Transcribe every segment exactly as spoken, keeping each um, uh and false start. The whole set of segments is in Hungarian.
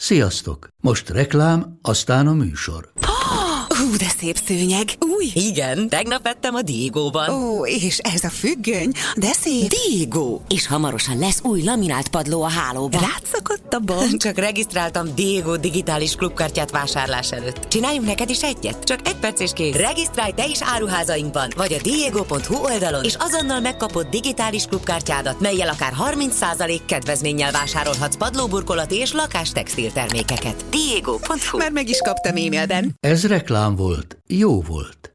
Sziasztok! Most reklám, aztán a műsor. Hú, de szép szőnyeg. Új. Igen, tegnap vettem a Diegóban. Ó, és ez a függöny, de szép. Diegó. És hamarosan lesz új laminált padló a hálóban. Rátszakadt a bank. Csak regisztráltam Diegó digitális klubkártyát vásárlás előtt. Csináljunk neked is egyet? Csak egy perc és kész. Regisztrálj te is áruházainkban, vagy a diego pont hu oldalon, és azonnal megkapod digitális klubkártyádat, mellyel akár harminc százalék kedvezménnyel vásárolhatsz padlóburkolati és lakástextil termékeket. diego pont hu. Már meg is kaptam e-mailben. Ez reklám volt, jó volt.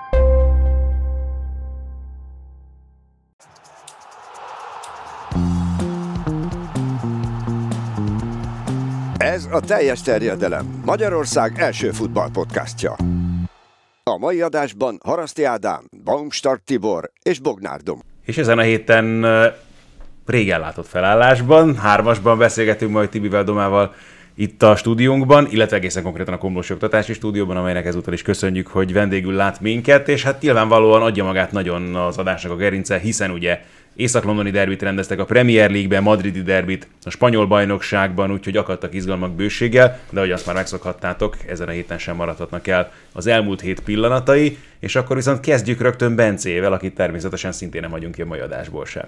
Ez a Teljes terjedelem, Magyarország első futballpodcastja. A mai adásban Haraszti Ádám, Baumstark Tibor és Bognár Dom. És ezen a héten régen látott felállásban, hármasban beszélgetünk majd Tibivel, Domával itt a stúdiónkban, illetve egészen konkrétan a Komlósi Oktatási Stúdióban, amelynek ezúttal is köszönjük, hogy vendégül lát minket, és hát nyilvánvalóan adja magát nagyon az adásnak a gerince, hiszen ugye észak-londoni derbit rendeztek a Premier League-ben, madridi derbit a spanyol bajnokságban, úgyhogy akadtak izgalmak bőséggel, de ahogy azt már megszokhattátok, ezen a héten sem maradhatnak el az elmúlt hét pillanatai, és akkor viszont kezdjük rögtön Bencével, akit természetesen szintén nem hagyunk ki a mai adásból sem.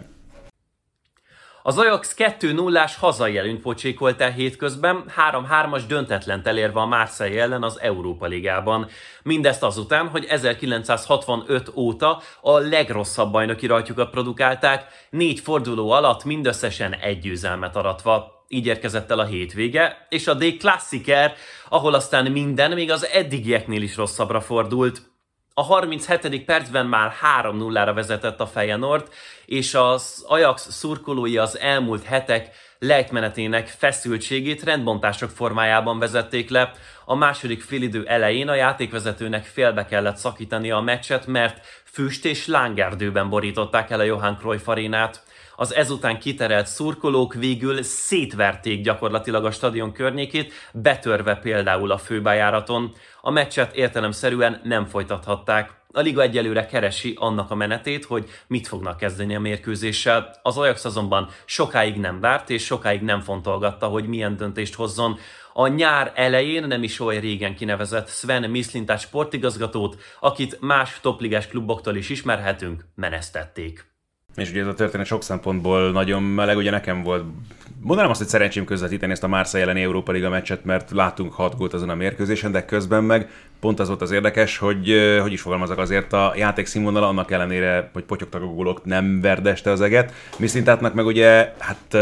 Az Ajax kettő nullás hazai előnyt pocsékolt el hétközben, három hármas döntetlent elérve a Marseille ellen az Európa Ligában. Mindezt azután, hogy ezerkilencszázhatvanöt óta a legrosszabb bajnoki rajtjukat produkálták, négy forduló alatt mindösszesen egy győzelmet aratva. Így érkezett el a hétvége, és a D Klassiker, ahol aztán minden még az eddigieknél is rosszabbra fordult. A harminchetedik percben már három nullára vezetett a Feyenoord, és az Ajax szurkolói az elmúlt hetek lejtmenetének feszültségét rendbontások formájában vezették le. A második félidő elején a játékvezetőnek félbe kellett szakítania a meccset, mert füst és lángerdőben borították el a Johan Cruyff arénát. Az ezután kiterelt szurkolók végül szétverték gyakorlatilag a stadion környékét, betörve például a főbejáraton. A meccset értelemszerűen nem folytathatták. A liga egyelőre keresi annak a menetét, hogy mit fognak kezdeni a mérkőzéssel. Az Ajax azonban sokáig nem várt, és sokáig nem fontolgatta, hogy milyen döntést hozzon. A nyár elején nem is olyan régen kinevezett Sven Mislintat sportigazgatót, akit más topligás kluboktól is ismerhetünk, menesztették. És ugye ez a történet sok szempontból nagyon meleg, ugye nekem volt, mondanám azt, hogy szerencsém közvetíteni ezt a Marseille elleni Európa Liga meccset, mert láttunk hat gólt azon a mérkőzésen, de közben meg pont az volt az érdekes, hogy hogy is fogalmazok, azért a játék színvonala annak ellenére, hogy potyogtak a gólok, nem verdeste az eget. Mislintatnak meg ugye, hát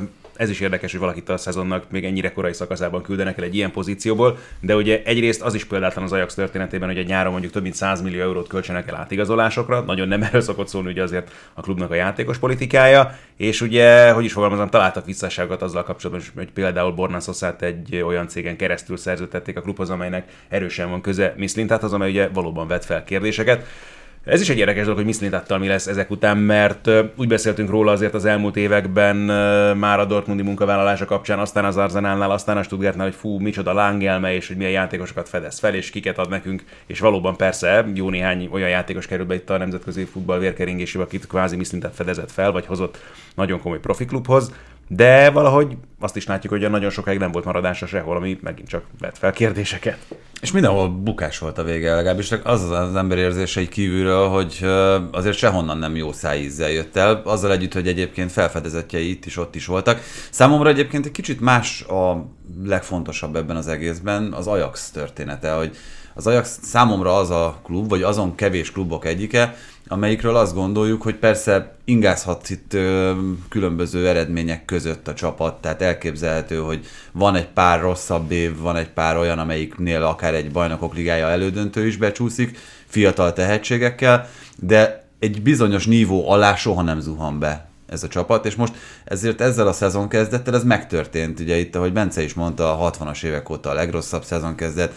ez is érdekes, hogy valakit a szezonnak még ennyire korai szakaszában küldenek el egy ilyen pozícióból, de ugye egyrészt az is példátlan az Ajax történetében, hogy egy nyáron mondjuk több mint száz millió eurót költsenek el átigazolásokra, nagyon nem erről szokott szólni ugye azért a klubnak a játékos politikája, és ugye, hogy is fogalmazom, találtak visszásságokat azzal kapcsolatban, hogy például Borna Sossát egy olyan cégen keresztül szerződtették a klubhoz, amelynek erősen van köze Mislintathoz, amely ugye valóban vet fel kérdéseket. Ez is egy érdekes dolog, hogy Mislintattal mi lesz ezek után, mert úgy beszéltünk róla azért az elmúlt években már a dortmundi munkavállalása kapcsán, aztán az Arsenalnál, aztán a Stuttgartnál, hogy fú, micsoda lángelme, és hogy milyen játékosokat fedez fel, és kiket ad nekünk, és valóban persze jó néhány olyan játékos kerül be itt a nemzetközi futball vérkeringésébe, akit kvázi Mislintat fedezett fel, vagy hozott nagyon komoly profiklubhoz, de valahogy azt is látjuk, hogy nagyon sokáig nem volt maradása sehol, ami megint csak vet fel kérdéseket. És mindenhol bukás volt a vége, legalábbis az az, az ember érzése így kívülről, hogy azért sehonnan nem jó szájízzel jött el, azzal együtt, hogy egyébként felfedezettjei itt is, ott is voltak. Számomra egyébként egy kicsit más a legfontosabb ebben az egészben az Ajax története, hogy az Ajax számomra az a klub, vagy azon kevés klubok egyike, amelyikről azt gondoljuk, hogy persze ingázhat itt ö, különböző eredmények között a csapat, tehát elképzelhető, hogy van egy pár rosszabb év, van egy pár olyan, amelyiknél akár egy bajnokok ligája elődöntő is becsúszik, fiatal tehetségekkel, de egy bizonyos nívó alá soha nem zuhan be ez a csapat, és most ezért ezzel a szezonkezdettel ez megtörtént. Ugye itt, ahogy Bence is mondta, a hatvanas évek óta a legrosszabb szezonkezdet,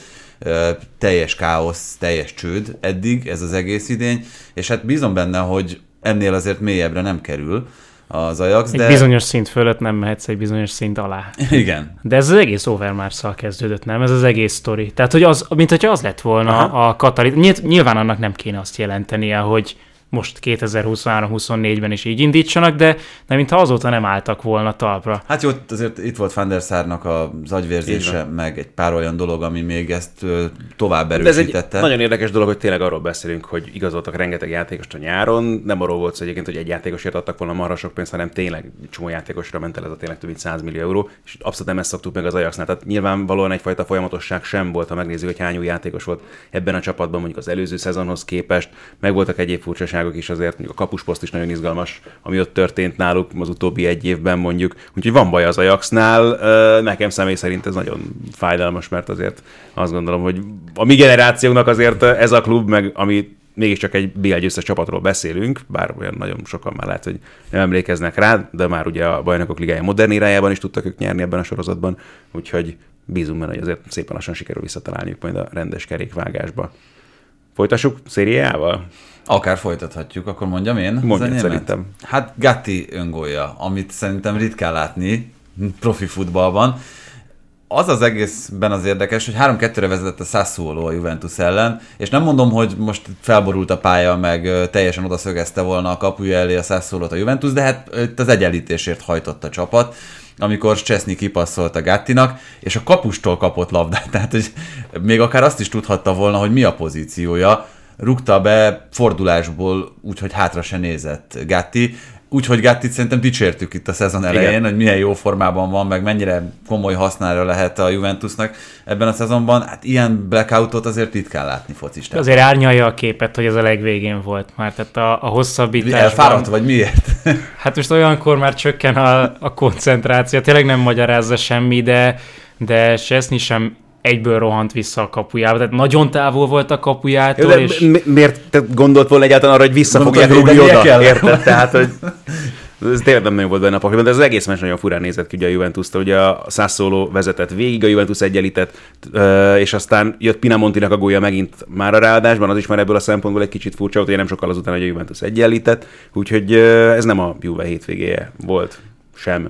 teljes káosz, teljes csőd eddig ez az egész idény, és hát bízom benne, hogy ennél azért mélyebbre nem kerül az Ajax, egy de... bizonyos szint fölött nem mehetsz egy bizonyos szint alá. Igen. De ez az egész Overmars-szal kezdődött, nem? Ez az egész sztori. Tehát, hogy az, mint hogyha az lett volna Aha. a Katari... Nyilván annak nem kéne azt jelentenie, hogy most kétezer-huszonhárom huszonnégyben is így indítsanak, de nem mintha azóta nem álltak volna talpra. Hát jó, azért itt volt Van der Sarnak az agyvérzése, meg egy pár olyan dolog, ami még ezt tovább erősítette. De ez egy nagyon érdekes dolog, hogy tényleg arról beszélünk, hogy igazoltak rengeteg játékost a nyáron. Nem arról volt szó egyébként, hogy egy játékosért adtak volna marha sok pénzt, hanem tényleg csomó játékosra ment el ez a tényleg több mint száz millió euró, és abszolút nem ezt szoktuk meg az Ajaxnál. Tehát nyilvánvalóan egyfajta folyamatosság sem volt, ha megnézzük, hogy hány új játékos volt ebben a csapatban, mondjuk az előző szezonhoz képest. Meg voltak egyéb furcsaságok is azért, mondjuk a kapusposzt is nagyon izgalmas, ami ott történt náluk az utóbbi egy évben mondjuk. Úgyhogy van baj az Ajaxnál, nekem személy szerint ez nagyon fájdalmas, mert azért azt gondolom, hogy a mi generációnak azért ez a klub, meg ami mégiscsak egy bé el győztes csapatról beszélünk, bár olyan nagyon sokan már lehet, hogy nem emlékeznek rá, de már ugye a Bajnokok Ligája modern irájában is tudtak ők nyerni ebben a sorozatban, úgyhogy bízunk benne, hogy azért szépen lassan sikerül visszatalálniuk majd a rendes kerékvágásba. Folytassuk szériával? Akár folytathatjuk, akkor mondjam én. Mondjam szerintem. Hát Gatti öngólja, amit szerintem ritkán látni profi futballban. Az az egészben az érdekes, hogy három kettőre vezetett a Sassuolo a Juventus ellen, és nem mondom, hogy most felborult a pálya, meg teljesen odaszögezte volna a kapuja elé a Sassuolót a Juventus, de hát itt az egyenlítésért hajtott a csapat, amikor Szczesny kipasszolt a Gattinak, és a kapustól kapott labdát, tehát hogy még akár azt is tudhatta volna, hogy mi a pozíciója, rúgta be fordulásból, úgyhogy hátra se nézett Gatti. Úgyhogy Gattit szerintem dicsértük itt a szezon elején, igen, hogy milyen jó formában van, meg mennyire komoly hasznára lehet a Juventusnak ebben a szezonban. Hát ilyen blackoutot azért ritkán látni focistán. Azért árnyalja a képet, hogy ez a legvégén volt már, tehát a, a hosszabbításban... Elfáradt vagy miért? Hát most olyankor már csökken a, a koncentráció, tényleg nem magyarázza semmi, de, de Szczesny sem egyből rohant vissza a kapujába, tehát nagyon távol volt a kapujától. Jó, és... mi, miért te gondolt volna egyáltalán arra, hogy vissza fogják rúgni oda? Érted? Tehát, hogy ez tényleg nem nagyon volt benne a pakliban, de ez az egész meccs nagyon furán nézett ki ugye a Juventus-tól. Ugye a Sassuolo vezetett végig, a Juventus egyenlített, és aztán jött Pinamontinak a gólja megint már a ráadásban, az is már ebből a szempontból egy kicsit furcsa volt, hogy nem sokkal azután, hogy a Juventus egyenlített, úgyhogy ez nem a Juve hétvégéje volt sem.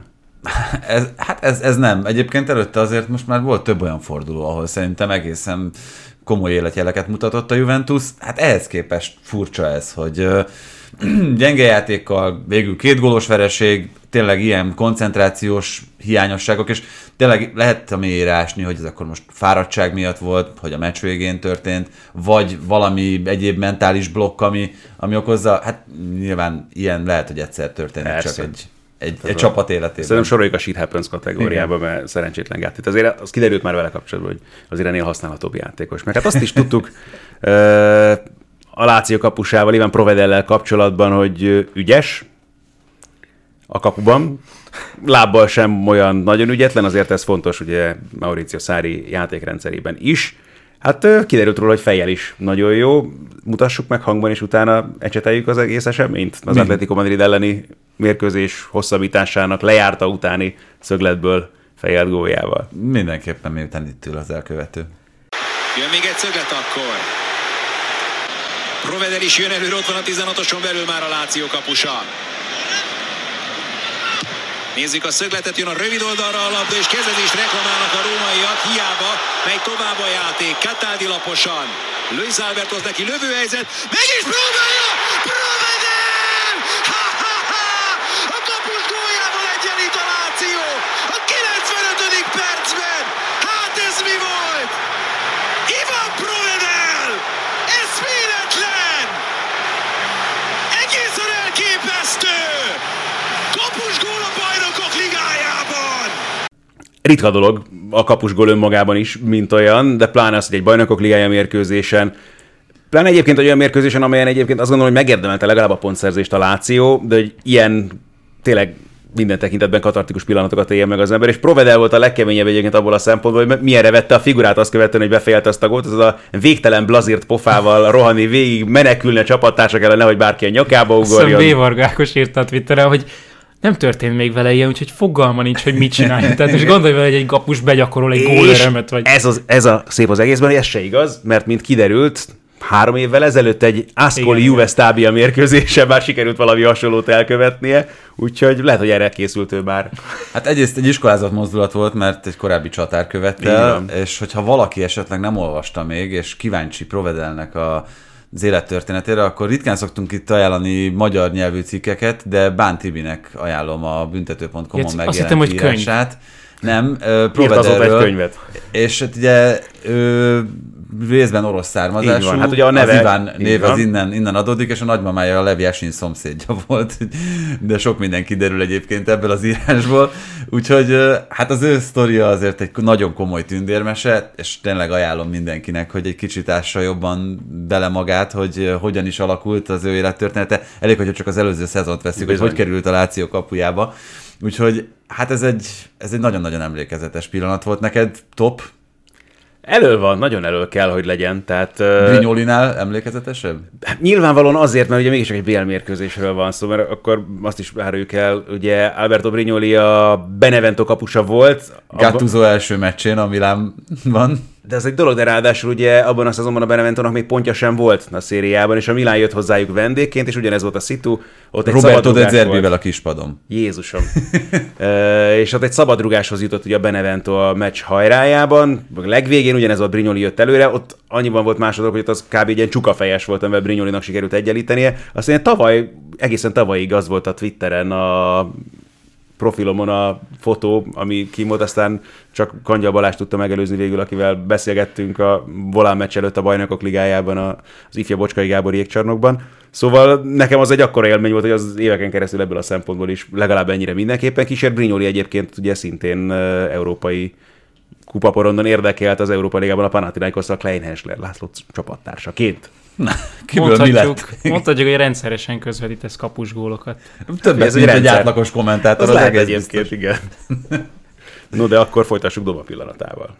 Ez, hát ez, ez nem. Egyébként előtte azért most már volt több olyan forduló, ahol szerintem egészen komoly életjeleket mutatott a Juventus. Hát ehhez képest furcsa ez, hogy uh, gyenge játékkal végül két gólos vereség, tényleg ilyen koncentrációs hiányosságok, és tényleg lehet a mélyére ásni, hogy ez akkor most fáradtság miatt volt, hogy a meccs végén történt, vagy valami egyéb mentális blokk, ami, ami okozza. Hát nyilván ilyen lehet, hogy egyszer történik, Persze. csak egy egy, egy csapat életében. Szerintem soroljuk a shit happens kategóriába, igen, mert szerencsétlen Gattit. Azért az kiderült már vele kapcsolatban, hogy azért ennél használhatóbb játékos. Meg hát azt is tudtuk uh, a Lazio kapusával, Ivan Provedellel kapcsolatban, hogy ügyes a kapuban. Lábbal sem olyan nagyon ügyetlen, azért ez fontos ugye Maurizio Sarri játékrendszerében is. Hát kiderült róla, hogy fejjel is nagyon jó. Mutassuk meg hangban, és utána ecseteljük az egész eseményt. Az Atletico Madrid elleni mérkőzés hosszabbításának lejárta utáni szögletből fejjel góljával. Mindenképpen miután itt ül az elkövető. Jön még egy szöglet akkor. Provedel is jön előre, ott van a tizenhatoson belül már a Lazio kapusa. Nézzük a szögletet, jön a rövid oldalra a labda, és kezezést reklamálnak a rómaiak, hiába megy tovább a játék, Cataldi laposan. Luis Albertoz neki lövőhelyzet, meg is próbálja! Provedel! Ha-ha-ha! A kapus góljával egyenlít a Lazio! A kilencvenötödik percben! Hát ez mi volt? Ivan Provedel! Ez véletlen! Egészen elképesztő! Kapus gól a Bajnokok Ligájában! Ritka dolog a kapusgól önmagában is, mint olyan, de pláne az, hogy egy Bajnokok Ligája mérkőzésen, pláne egyébként olyan mérkőzésen, amelyen egyébként azt gondolom, hogy megérdemelte legalább a pontszerzést a Lazio, de hogy ilyen tényleg minden tekintetben katartikus pillanatokat éljen meg az ember, és Provedel volt a legkeményebb egyébként abból a szempontból, hogy milyenre vette a figurát azt követően, hogy befejelte azt a gólt, az a végtelen blazírt pofával rohanni végig, menekülni a csapattársak ellen, nehogy bárki a nyakába ugorjon. Szóval B-Vargákos írta a Twitteren, hogy nem történt még vele ilyen, úgyhogy fogalma nincs, hogy mit csináljon. Tehát most gondolj vele, hogy egy kapus begyakorol egy gólörömet, vagy... Ez, az, ez a szép az egészben, hogy ez se igaz, mert mint kiderült, három évvel ezelőtt egy Ascoli Juve Stabia mérkőzésen már sikerült valami hasonlót elkövetnie, úgyhogy lehet, hogy erre készült ő már. Hát egyrészt egy iskolázat mozdulat volt, mert egy korábbi csatár követte el, és hogyha valaki esetleg nem olvasta még, és kíváncsi Provedelnek a az élettörténetére, akkor ritkán szoktunk itt ajánlani magyar nyelvű cikkeket, de Bán Tibinek ajánlom a büntető pont com-on megjelent írását. Nem, Provederről. egy könyvet. És hát ugye ő részben orosz származású. Van, hát ugye a neve, az Iván név az innen, innen adódik, és a nagymamája a Lev Yashin szomszédja volt. De sok minden kiderül egyébként ebből az írásból. Úgyhogy hát az ő sztoria azért egy nagyon komoly tündérmese, és tényleg ajánlom mindenkinek, hogy egy kicsit ássa jobban bele magát, hogy hogyan is alakult az ő élettörténete. Elég, hogyha csak az előző szezont veszik, hogy hogy került a Láció kapujába. Úgyhogy hát ez egy, ez egy nagyon-nagyon emlékezetes pillanat volt. Neked top? Elő van, nagyon elő kell, hogy legyen. Tehát, Brignolinál emlékezetesebb? Nyilvánvalóan azért, mert ugye mégis egy bé el mérkőzésről van szó, mert akkor azt is áruljuk el, ugye Alberto Brignoli a Benevento kapusa volt. Gattuso abba... első meccsén a Milánban. De ez egy dolog, de ráadásul ugye abban a szezonban a Beneventónak még pontja sem volt a szériában, és a Milán jött hozzájuk vendégként, és ugyanez volt a szitu. Ott egy Roberto De Zerbivel a kispadon. Jézusom. e, és ott egy szabadrugáshoz jutott ugye a Benevento a meccs hajrájában. A legvégén ugyanez volt, Brignoli jött előre, ott annyiban volt másodok, hogy ott az kb. Egy ilyen csukafejes volt, amivel Brignolinak sikerült egyenlítenie. Aztán tavaly, egészen tavalyig az volt a Twitteren a profilomon a fotó, ami kim volt, aztán csak Kangyal Balázs tudta megelőzni végül, akivel beszélgettünk a Volán meccs előtt a Bajnokok Ligájában, az ifja Bocskai Gábor jégcsarnokban. Szóval nekem az egy akkora élmény volt, hogy az éveken keresztül ebből a szempontból is legalább ennyire mindenképpen kísért. Brignoli egyébként ugye szintén uh, európai kupaporondon érdekelt az Európa Ligában a Panathinaikosszal Klein Hensler László csapattársaként. Na, kiből mi lett? Mondhatjuk, hogy rendszeresen közvetítesz kapus gólokat. Többet, ez mint egy átlagos kommentátor. Az, az lehet egyébként, igen. No, de akkor folytassuk Doma pillanatával.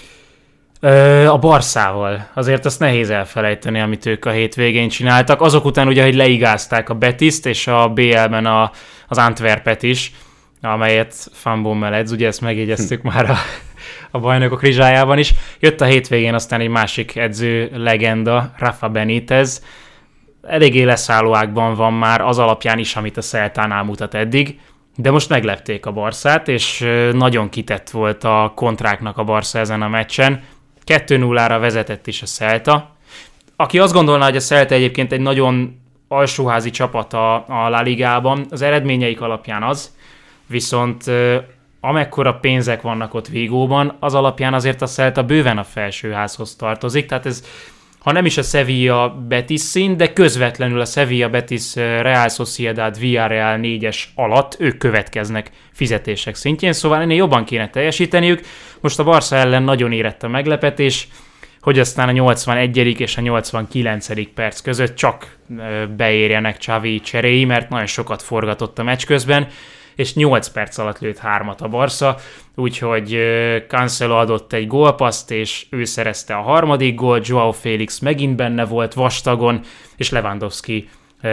A Barszával. Azért azt nehéz elfelejteni, amit ők a hétvégén csináltak. Azok után ugye, hogy leigázták a Betiszt, és a bé el-ben a, az Antwerpet is, amelyet Van Bommel edz, ugye ezt megjegyeztük hm. már a, a bajnokok rizsájában is. Jött a hétvégén aztán egy másik edző legenda, Rafa Benítez. Eléggé leszállóákban van már az alapján is, amit a Celtánál mutat eddig, de most meglepték a Barszát, és nagyon kitett volt a kontráknak a Barca ezen a meccsen. kettő nullára vezetett is a Celta. Aki azt gondolná, hogy a Celta egyébként egy nagyon alsóházi csapat a, a La Ligában, az eredményeik alapján az, viszont amekkora pénzek vannak ott Vigóban, az alapján azért a Celta bőven a felsőházhoz tartozik, tehát ez, ha nem is a Sevilla Betis szín, de közvetlenül a Sevilla Betis Real Sociedad Villarreal négyes alatt ők következnek fizetések szintjén, szóval ennél jobban kéne teljesíteniük. Most a Barca ellen nagyon érett a meglepetés, hogy aztán a nyolcvanegyedik és a nyolcvankilencedik perc között csak beérjenek Xavi cseréi, mert nagyon sokat forgatott a meccs közben, és nyolc perc alatt lőtt hármat a Barca, úgyhogy Cancelo adott egy gólpaszt, és ő szerezte a harmadik gólt, Joao Félix megint benne volt vastagon, és Lewandowski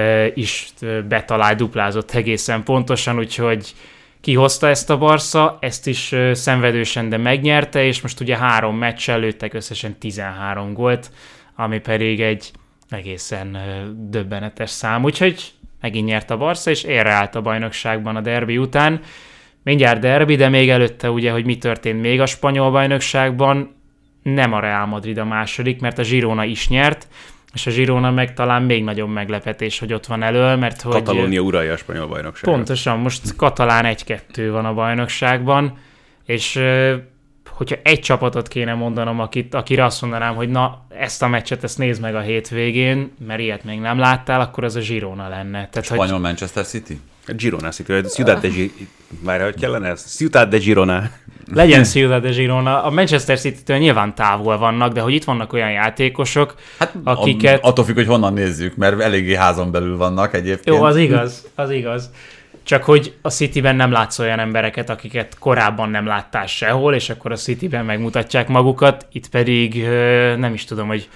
is betalált, duplázott egészen pontosan, úgyhogy kihozta ezt a Barca, ezt is szenvedősen, de megnyerte, és most ugye három meccsel lőttek összesen tizenhárom gólt, ami pedig egy egészen döbbenetes szám, úgyhogy megint nyert a Barca, és érre állt a bajnokságban a derbi után. Mindjárt derbi, de még előtte ugye, hogy mi történt még a spanyol bajnokságban, nem a Real Madrid a második, mert a Girona is nyert, és a Girona meg talán még nagyobb meglepetés, hogy ott van elől, mert hogy... Katalónia uralja a spanyol bajnokságot. Pontosan, most katalán egy-kettő van a bajnokságban, és hogyha egy csapatot kéne mondanom, akit, akire azt mondanám, hogy na, ezt a meccset, ezt nézd meg a hétvégén, mert ilyet még nem láttál, akkor az a Girona lenne. Tehát, spanyol hogy... Manchester City? A Girona City, Ciudad de Girona. Már hogy kellene ez? Ciudad de Girona. Legyen Ciudad de Girona. A Manchester City-től nyilván távol vannak, de hogy itt vannak olyan játékosok, hát, akiket... Attól függ, hogy honnan nézzük, mert eléggé házon belül vannak egyébként. Jó, az igaz, az igaz. Csak hogy a Cityben nem látsz olyan embereket, akiket korábban nem láttál sehol, és akkor a Cityben megmutatják magukat, itt pedig nem is tudom, hogy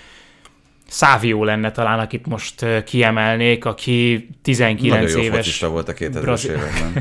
Savio lenne talán, akit most kiemelnék, aki tizenkilenc nagyon éves... Nagyon jó focista volt a kétezres években.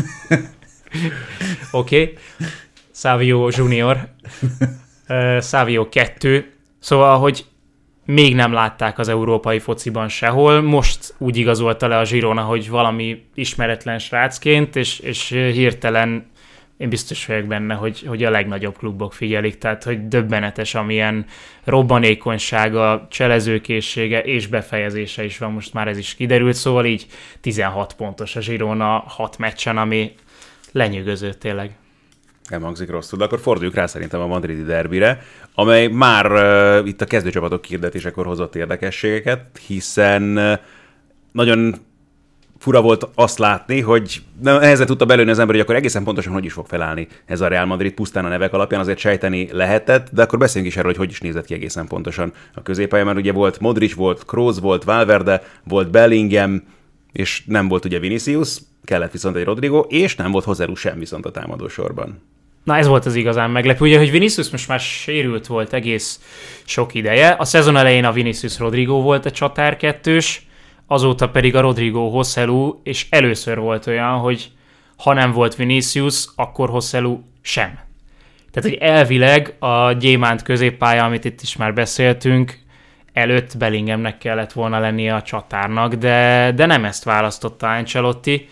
Oké. Okay. Savio junior. uh, Savio kettő. Szóval, hogy még nem látták az európai fociban sehol, most úgy igazolta le a Girona, hogy valami ismeretlen srácként, és, és hirtelen én biztos vagyok benne, hogy, hogy a legnagyobb klubok figyelik, tehát hogy döbbenetes, amilyen robbanékonysága, cselezőkészsége és befejezése is van, most már ez is kiderült, szóval így tizenhat pontos a Girona hat meccsen, ami lenyűgöző tényleg. Nem hangzik rosszul, de akkor forduljuk rá szerintem a madridi derbire, amely már uh, itt a kezdőcsapatok hirdetésekor hozott érdekességeket, hiszen uh, nagyon fura volt azt látni, hogy nehezen tudta belőni az ember, hogy akkor egészen pontosan hogy is fog felállni ez a Real Madrid, pusztán a nevek alapján azért sejteni lehetett, de akkor beszéljünk is erről, hogy hogy is nézett ki egészen pontosan a középpálya, mert ugye volt Modric, volt Kroos, volt Valverde, volt Bellingham, és nem volt ugye Vinicius, kellett viszont egy Rodrigo, és nem volt José Lu sem viszont a támadósorban. Na ez volt az igazán meglepő, ugye, hogy Vinicius most már sérült volt egész sok ideje. A szezon elején a Vinicius Rodrigo volt a csatár kettős, azóta pedig a Rodrigo José Lu, és először volt olyan, hogy ha nem volt Vinicius, akkor José Lu sem. Tehát, hogy elvileg a gyémánt középpálya, amit itt is már beszéltünk, előtt Bellinghamnek kellett volna lennie a csatárnak, de, de nem ezt választotta Ancelotti,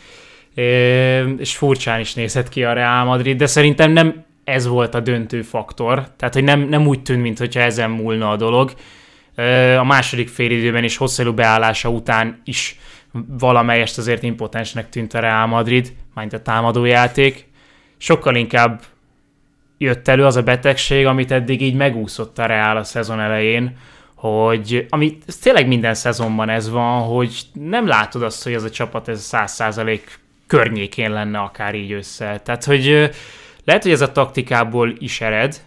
és furcsán is nézett ki a Real Madrid, de szerintem nem ez volt a döntő faktor, tehát hogy nem, nem úgy tűnt, mintha ezen múlna a dolog. A második félidőben is José Lu beállása után is valamelyest azért impotensnek tűnt a Real Madrid, majd a támadójáték. Sokkal inkább jött elő az a betegség, amit eddig így megúszott a Real a szezon elején, hogy ami tényleg minden szezonban ez van, hogy nem látod azt, hogy ez a csapat ez száz százalék környékén lenne akár így össze. Tehát, hogy lehet, hogy ez a taktikából is ered,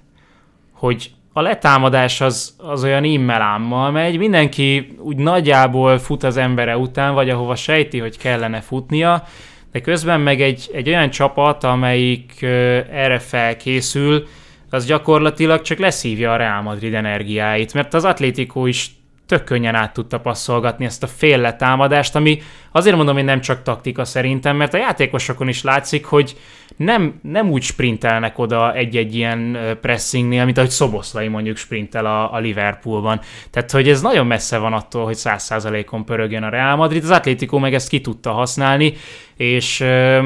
hogy a letámadás az, az olyan immelámmal megy, mindenki úgy nagyjából fut az embere után, vagy ahova sejti, hogy kellene futnia, de közben meg egy, egy olyan csapat, amelyik erre felkészül, az gyakorlatilag csak leszívja a Real Madrid energiáit, mert az Atlético is tök könnyen át tudta passzolgatni ezt a fél letámadást, ami azért mondom, hogy nem csak taktika szerintem, mert a játékosokon is látszik, hogy nem, nem úgy sprintelnek oda egy-egy ilyen pressingnél, mint ahogy Szoboszlai mondjuk sprintel a, a Liverpoolban. Tehát, hogy ez nagyon messze van attól, hogy száz százalékon pörögjön a Real Madrid, az Atlético meg ezt ki tudta használni, és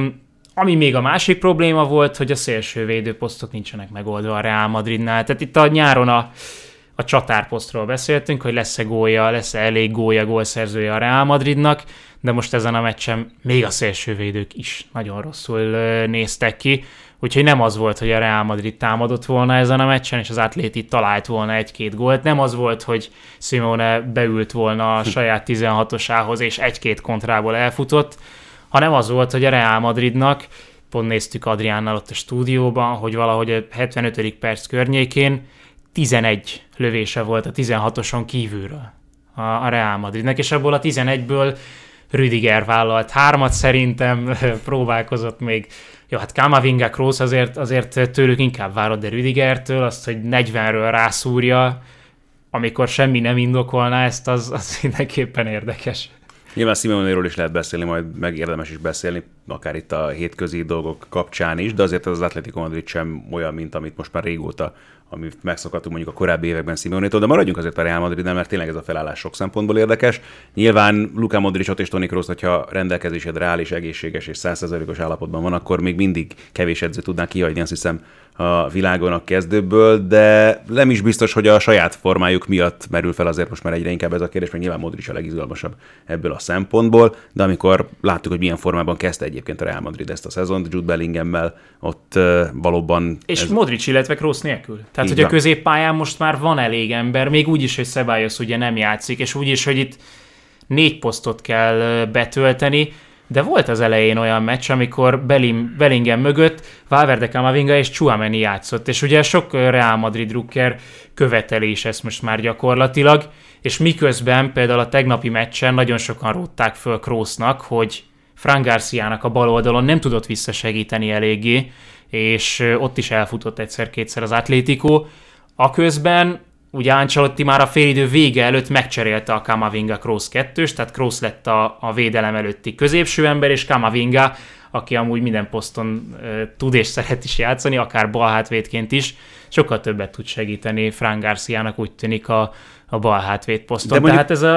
ami még a másik probléma volt, hogy a szélső védőposztok nincsenek megoldva a Real Madridnál. Tehát itt a nyáron a A csatárposztról beszéltünk, hogy lesz-e gólja, lesz-e elég gólja, gólszerzője a Real Madridnak, de most ezen a meccsen még a szélsővédők is nagyon rosszul néztek ki, úgyhogy nem az volt, hogy a Real Madrid támadott volna ezen a meccsen, és az Atléti talált volna egy-két gólt, nem az volt, hogy Simeone beült volna a saját tizenhatosához, és egy-két kontrából elfutott, hanem az volt, hogy a Real Madridnak, pont néztük Adriánnal ott a stúdióban, hogy valahogy a hetvenötödik perc környékén tizenegy lövése volt a tizenhatoson kívülről a, a Real Madridnek, és abból a tizenegyből Rüdiger vállalt hármat szerintem, próbálkozott még. Jó, hát Camavinga, Kroos azért, azért tőlük inkább várod, de Rüdigertől azt, hogy negyvenről rászúrja, amikor semmi nem indokolná ezt, az, az mindenképpen érdekes. Nyilván Simeonéról is lehet beszélni, majd meg érdemes is beszélni, akár itt a hétközi dolgok kapcsán is, de azért az Atlético Madrid sem olyan, mint amit most már régóta, amit megszokhatunk mondjuk a korábbi években Simeonétól, de maradjunk azért a Real Madridnál, mert tényleg ez a felállás sok szempontból érdekes. Nyilván Luka Modricot és Toni Kroos, hogyha rendelkezésedre áll és egészséges és száz százalékos állapotban van, akkor még mindig kevés edző tudnák kihagyni, azt hiszem, a világon a kezdőből, de nem is biztos, hogy a saját formájuk miatt merül fel azért most már egyre inkább ez a kérdés, mert nyilván Modric a legizgalmasabb ebből a szempontból, de amikor láttuk, hogy milyen formában kezdte egyébként a Real Madrid ezt a szezont, Jude Bellingham-mel, ott uh, valóban... És ez... Modric, illetve Kroos nélkül. Tehát, így hogy van. a középpályán most már van elég ember, még úgy is, hogy Ceballos ugye nem játszik, és úgy is, hogy itt négy posztot kell betölteni, de volt az elején olyan meccs, amikor Belling, Bellingham mögött Valverde, Camavinga és Tchouaméni játszott, és ugye sok Real Madrid drukker követeli is ezt most már gyakorlatilag, és miközben például a tegnapi meccsen nagyon sokan rótták föl Kroosnak, hogy Fran Garciának a bal oldalon nem tudott visszasegíteni eléggé, és ott is elfutott egyszer-kétszer az Atlético. Aközben ugye Ancelotti már a félidő vége előtt megcserélte a Camavinga Kroos kettős, tehát Kroos lett a, a védelem előtti középső ember, és Camavinga, aki amúgy minden poszton e, tud és szeret is játszani, akár balhátvédként is, sokkal többet tud segíteni Fran Garciának, úgy tűnik a, a balhátvéd poszton. De mondjuk... Tehát ez a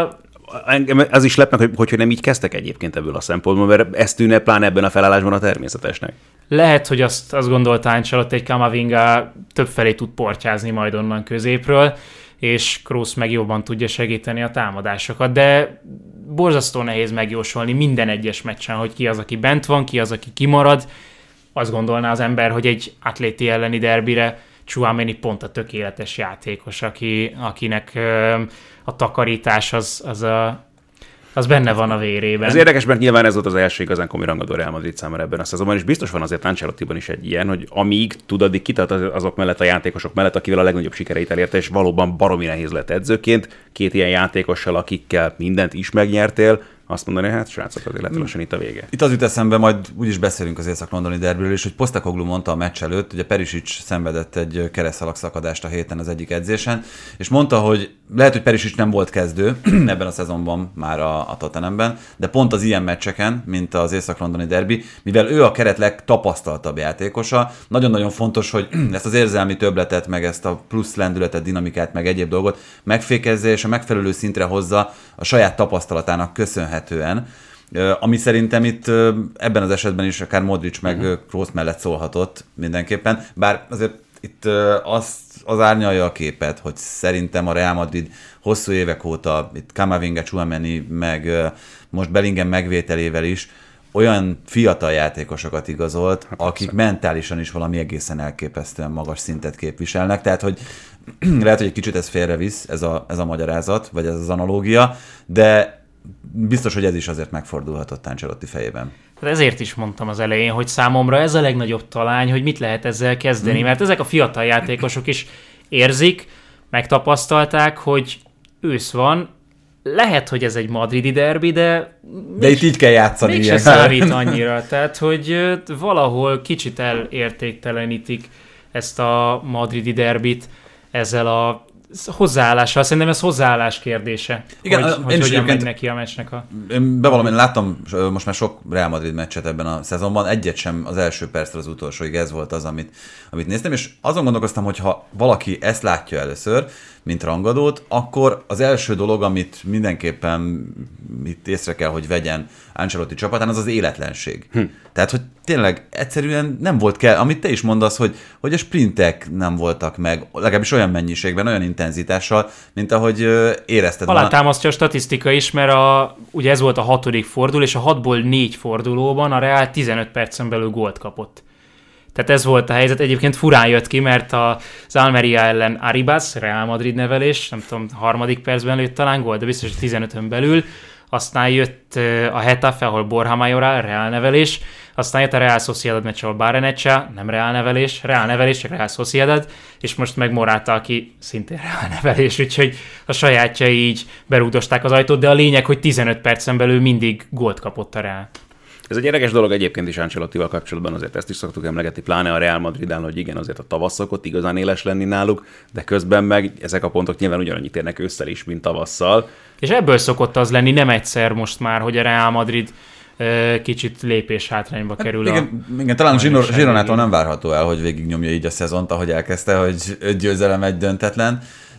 az is lep meg, hogy, hogy nem így kezdtek egyébként ebből a szempontból, mert ez tűnne pláne ebben a felállásban a természetesnek. Lehet, hogy azt, azt gondolta Ancelotti, egy Camavinga többfelé tud portyázni majd onnan középről, és Kroos meg jobban tudja segíteni a támadásokat, de borzasztó nehéz megjósolni minden egyes meccsen, hogy ki az, aki bent van, ki az, aki kimarad. Azt gondolná az ember, hogy egy Atléti elleni derbire Tchouaméni pont a tökéletes játékos, aki, akinek ö, a takarítás az, az, a, az benne van a vérében. Ez érdekes, mert nyilván ez volt az első igazán komoly rangadó Real Madrid számára ebben a szezonban, és biztos van azért Ancelottiban is egy ilyen, hogy amíg tud, addig kitart azok mellett a játékosok mellett, akivel a legnagyobb sikereit elérte, és valóban baromi nehéz lett edzőként, két ilyen játékossal, akikkel mindent is megnyertél, azt mondani, hát srácok, azért lett lassan itt a vége. Itt az jut eszembe, majd úgyis beszélünk az észak-londoni derbiről is, hogy Postecoglou mondta a meccs előtt, ugye Perisic szenvedett egy keresztszalak szakadást a héten az egyik edzésen, és mondta, hogy lehet, hogy Perisic nem volt kezdő ebben a szezonban már a, a Tottenhamben, de pont az ilyen meccseken, mint az észak-londoni derbi, mivel ő a keret legtapasztaltabb játékosa, nagyon-nagyon fontos, hogy ezt az érzelmi többletet, meg ezt a plusz lendületet, dinamikát, meg egyéb dolgot megfékezze, és a megfelelő szintre hozza a saját tapasztalatának köszönhetően, ami szerintem itt ebben az esetben is akár Modric meg uh-huh. Kroos mellett szólhatott mindenképpen, bár azért itt az, az árnyalja a képet, hogy szerintem a Real Madrid hosszú évek óta, itt Camavinga, Tchouaméni, meg most Bellingham megvételével is olyan fiatal játékosokat igazolt, hát akik mentálisan is valami egészen elképesztően magas szintet képviselnek, tehát hogy lehet, hogy egy kicsit ez félrevisz, ez a, ez a magyarázat, vagy ez az analógia, de biztos, hogy ez is azért megfordulhatott Ancelotti fejében. Hát ezért is mondtam az elején, hogy számomra ez a legnagyobb talány, hogy mit lehet ezzel kezdeni, mert ezek a fiatal játékosok is érzik, megtapasztalták, hogy ősz van, lehet, hogy ez egy madridi derbi, de... De itt így kell játszani. Mégse számít annyira, tehát hogy valahol kicsit elértéktelenítik ezt a madridi derbit ezzel a hozzáállással. Szerintem ez hozzáállás kérdése. Igen, hogy, hogy hogyan megy neki a meccsnek a... Én bevallom, én láttam most már sok Real Madrid meccset ebben a szezonban, egyet sem az első percre az utolsóig, ez volt az, amit, amit néztem, és azon gondolkoztam, hogy ha valaki ezt látja először, mint rangadót, akkor az első dolog, amit mindenképpen itt észre kell, hogy vegyen Ancelotti csapatán, az az életlenség. Hm. Tehát, hogy tényleg egyszerűen nem volt kell, amit te is mondasz, hogy, hogy a sprintek nem voltak meg, legalábbis olyan mennyiségben, olyan intenzitással, mint ahogy érezted. Alátámasztja a statisztika is, mert a, ugye ez volt a hatodik forduló, és a hatból négy fordulóban a Real tizenöt percen belül gólt kapott. Tehát ez volt a helyzet. Egyébként furán jött ki, mert az Almeria ellen Arribas, Real Madrid nevelés, nem tudom, harmadik percben lőtt talán gólt, de biztos, hogy tizenötön belül. Aztán jött a Getafe, ahol Borja Mayoral, Real nevelés. Aztán jött a Real Sociedad meccs, ahol Barrenetxea, nem Real nevelés, Real nevelés, csak Real Sociedad, és most meg Morata, aki szintén Real nevelés, úgyhogy a sajátjai így berúgdosták az ajtót, de a lényeg, hogy tizenöt percen belül mindig gólt kapott a Real. Ez egy érdekes dolog egyébként is Ancelottival kapcsolatban, azért ezt is szoktuk emlegetni, pláne a Real Madridán, hogy igen, azért a tavasz szokott igazán éles lenni náluk, de közben meg ezek a pontok nyilván ugyanannyit érnek ősszel is, mint tavasszal. És ebből szokott az lenni nem egyszer most már, hogy a Real Madrid ö, kicsit lépés hátrányba kerül. Hát igen, a, igen, talán a Gironától nem várható el, hogy végignyomja így a szezont, ahogy elkezdte, hogy öt győzelem, egy döntetlen,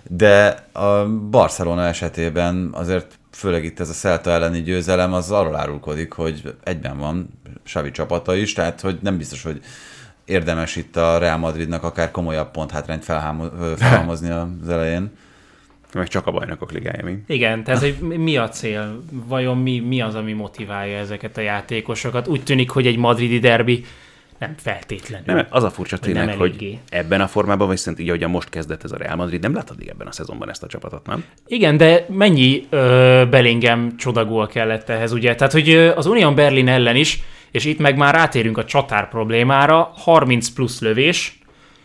de a Barcelona esetében azért főleg itt ez a Celta elleni győzelem, az arról árulkodik, hogy egyben van Xavi csapata is, tehát hogy nem biztos, hogy érdemes itt a Real Madridnak akár komolyabb ponthátrányt felhalmozni az elején. Meg csak a bajnokok ligája mi. Igen, tehát hogy mi a cél? Vajon mi, mi az, ami motiválja ezeket a játékosokat? Úgy tűnik, hogy egy madridi derbi nem feltétlenül. Nem, az a furcsa tényleg, hogy ebben a formában, vagy szerint így, ahogy most kezdett ez a Real Madrid, nem látod ebben a szezonban ezt a csapatot, nem? Igen, de mennyi ö, Bellingham csodagól kellett ehhez, ugye? Tehát, hogy az Union Berlin ellen is, és itt meg már rátérünk a csatár problémára, harminc plusz lövés,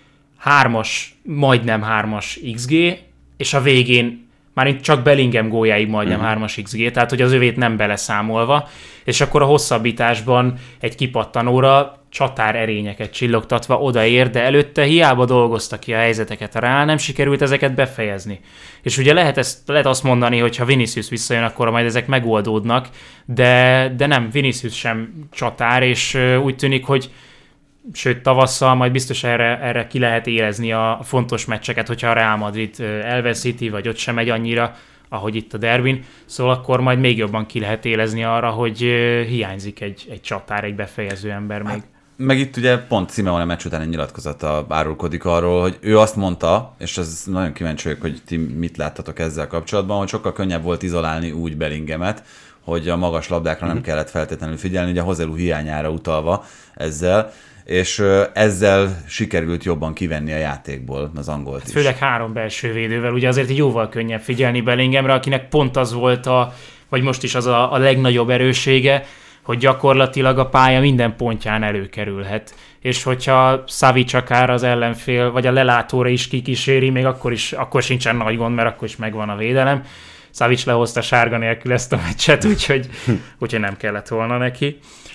hármas, majdnem hármas iksz gé, és a végén már itt csak Bellingham góljáig majdnem mm. hármas iksz gé, tehát hogy az övét nem beleszámolva, és akkor a hosszabbításban egy kipattanóra csatár erényeket csillogtatva odaér, de előtte hiába dolgozta ki a helyzeteket a Real, nem sikerült ezeket befejezni. És ugye lehet, ezt, lehet azt mondani, hogy ha Vinicius visszajön, akkor majd ezek megoldódnak, de, de nem, Vinicius sem csatár, és úgy tűnik, hogy sőt tavasszal majd biztos erre, erre ki lehet érezni a fontos meccseket, hogyha a Real Madrid elveszíti, vagy ott sem megy annyira, ahogy itt a derbin, szóval akkor majd még jobban ki lehet élezni arra, hogy hiányzik egy, egy csatár, egy befejező ember még. Meg itt ugye pont Simeone meccs után egy nyilatkozata árulkodik arról, hogy ő azt mondta, és ez nagyon kíváncsi vagyok, hogy ti mit láttatok ezzel kapcsolatban, hogy sokkal könnyebb volt izolálni úgy Bellinghamet, hogy a magas labdákra nem kellett feltétlenül figyelni, ugye a Joselu hiányára utalva ezzel, és ezzel sikerült jobban kivenni a játékból az angolt is. Főleg három belső védővel, ugye azért így jóval könnyebb figyelni Bellinghamre, akinek pont az volt a, vagy most is az a, a legnagyobb erőssége, hogy gyakorlatilag a pálya minden pontján előkerülhet. És hogyha Savic akár az ellenfél, vagy a lelátóra is kikíséri, még akkor is, akkor sincsen nagy gond, mert akkor is megvan a védelem. Savic lehozta sárga nélkül ezt a meccset, úgyhogy, úgyhogy nem kellett volna neki.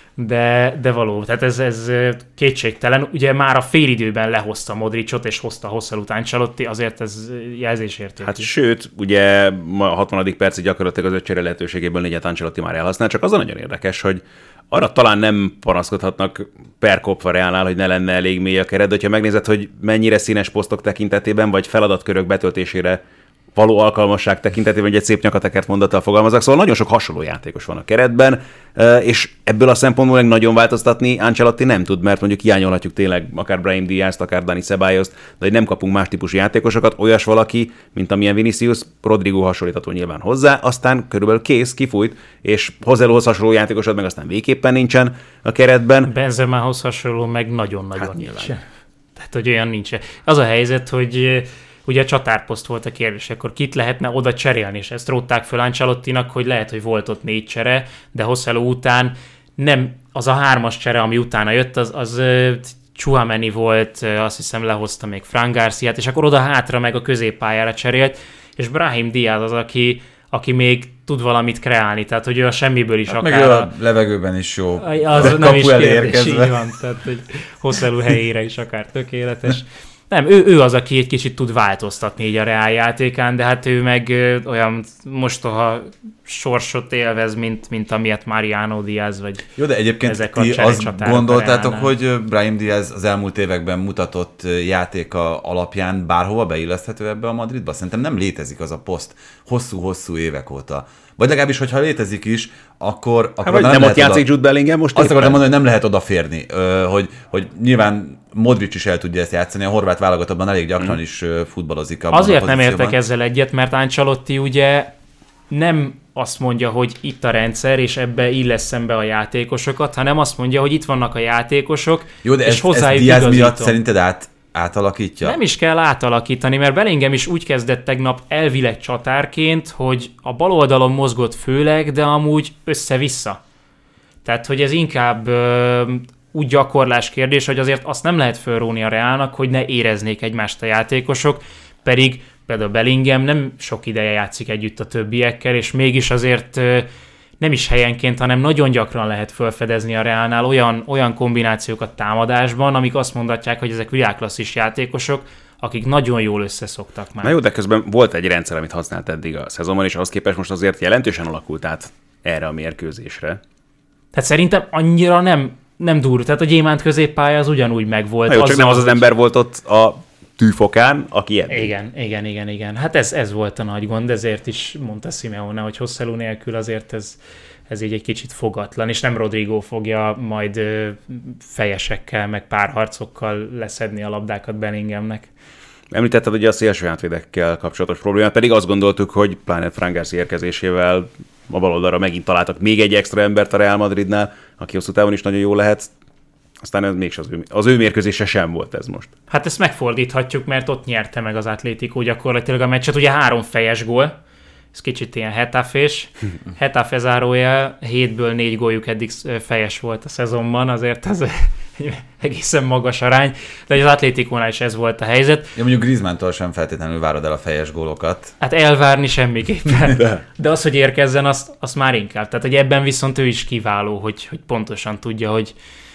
De, de való, tehát ez, ez kétségtelen. Ugye már a félidőben lehozta Modricot, és hozta hosszal után Ancelotti, azért ez jelzésértő. Hát sőt, ugye a hatvanadik percig gyakorlatilag az öt csere lehetőségéből négyet Ancelotti már elhasznál, csak az a nagyon érdekes, hogy arra talán nem panaszkodhatnak per kopva Reálnál, hogy ne lenne elég mély a keret, de hogyha megnézed, hogy mennyire színes posztok tekintetében, vagy feladatkörök betöltésére való alkalmasság tekintetében, hogy egy szép nyakatekert mondattal fogalmazok, szóval nagyon sok hasonló játékos van a keretben, és ebből a szempontból nagyon változtatni Ancelotti nem tud, mert mondjuk hiányolhatjuk tényleg akár Brahim Díazt, akár Dani Ceballost, de hogy nem kapunk más típusú játékosokat, olyas valaki, mint amilyen Vinicius, Rodrigo hasonlítható nyilván hozzá, aztán körülbelül kész, kifújt, és Joseluhoz hasonló játékosod meg aztán végképpen nincsen a keretben. Benzemahoz hasonló meg nagyon-nagyon hát nincsen. Tehát, hogy olyan nincsen. Az a helyzet, hogy ugye a csatárposzt volt a kérdés, akkor kit lehetne oda cserélni, és ezt rótták föl Ancelottinak, hogy lehet, hogy volt ott négy csere, de Joselu után nem az a hármas csere, ami utána jött, az, az Tchouaméni volt, azt hiszem lehozta még Fran Garciát, és akkor oda hátra meg a középpályára cserélt, és Brahim Díaz az, aki, aki még tud valamit kreálni, tehát hogy ő a semmiből is hát akár... Meg ő a levegőben is jó. Az nem is kérdés, így van, tehát hogy Joselu helyére is akár tökéletes. Nem, ő, ő az, aki egy kicsit tud változtatni így a Reál játékán, de hát ő meg ö, olyan mostoha sorsot élvez, mint, mint amilyet Mariano Diaz, vagy jó, de egyébként ezek a ti azt gondoltátok, Reálnál. hogy Brahim Diaz az elmúlt években mutatott játéka alapján bárhova beilleszthető ebbe a Madridba? Szerintem nem létezik az a poszt hosszú-hosszú évek óta. Vagy legalábbis, hogyha létezik is, akkor... akkor hát, nem, nem ott játszik oda... Jude Bellingham most? Azt akartam mondani, hogy nem lehet odaférni, hogy, hogy nyilván Modric is el tudja ezt játszani, a horvát válogatottban elég gyakran mm. is futballozik abban azért a nem értek ezzel egyet, mert Ancelotti ugye nem azt mondja, hogy itt a rendszer, és ebbe illeszem be a játékosokat, hanem azt mondja, hogy itt vannak a játékosok, jó, de és ezt, hozzájuk ezt Diaz igazítom. miatt szerinted át, átalakítja? Nem is kell átalakítani, mert Bellingham is úgy kezdett tegnap elvileg csatárként, hogy a bal oldalon mozgott főleg, de amúgy össze-vissza. Tehát, hogy ez inkább ö, úgy gyakorlás kérdés, hogy azért azt nem lehet fölróni a Reálnak, hogy ne éreznék egymást a játékosok, pedig például Bellingham nem sok ideje játszik együtt a többiekkel, és mégis azért ö, nem is helyenként, hanem nagyon gyakran lehet felfedezni a Reálnál olyan, olyan kombinációkat támadásban, amik azt mondatják, hogy ezek világklasszis játékosok, akik nagyon jól összeszoktak már. Na jó, de közben volt egy rendszer, amit használt eddig a szezonban, és ahhoz képest most azért jelentősen alakult át erre a mérkőzésre. Tehát szerintem annyira nem, nem durva. Tehát a gyémánt középpálya az ugyanúgy megvolt. Na jó, csak azzal, nem az az hogy... ember volt ott a tűfokán, aki eddig. Igen, igen, igen, igen. Hát ez, ez volt a nagy gond, ezért is mondta Simeone, hogy Joselu nélkül azért ez, ez így egy kicsit fogatlan, és nem Rodrigo fogja majd ö, fejesekkel, meg párharcokkal leszedni a labdákat Bellinghamnek. Említetted ugye a szélső hátvédekkel kapcsolatos problémát, pedig azt gondoltuk, hogy pláne Fran Garcia érkezésével a bal oldalra megint találtak még egy extra embert a Real Madridnál, aki hosszú távon is nagyon jó lehet. Aztán ez mégsem az ő, az ő mérkőzése sem volt ez most. Hát ezt megfordíthatjuk, mert ott nyerte meg az Atlético gyakorlatilag a meccset. Ugye három fejes gól, ez kicsit ilyen Hetafés. Hetafe zárója, hétből négy góljuk eddig fejes volt a szezonban, azért ez egészen magas arány, de az Atléticónál is ez volt a helyzet. Ja, mondjuk Griezmanntól sem feltétlenül várod el a fejes gólokat. Hát elvárni semmiképpen. De, de az, hogy érkezzen, azt, azt már inkább. Tehát, hogy ebben viszont ő is kiváló, hogy, hogy pontosan tudja, hogy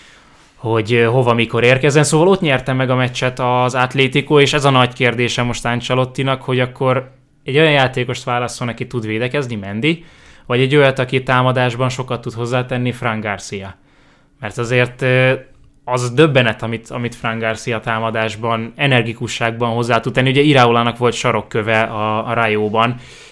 hogy hova, mikor érkezzen. Szóval ott nyerte meg a meccset az Atlético, és ez a nagy kérdése most Ancelottinak, hogy akkor egy olyan játékost válasszon, aki tud védekezni, Mendy, vagy egy olyat, aki támadásban sokat tud hozzátenni, Fran Garcia. Mert azért az döbbenet, amit, amit Fran Garcia támadásban, energikusságban hozzá tud tenni. Ugye Iraolának volt sarokköve a, a Rajóban,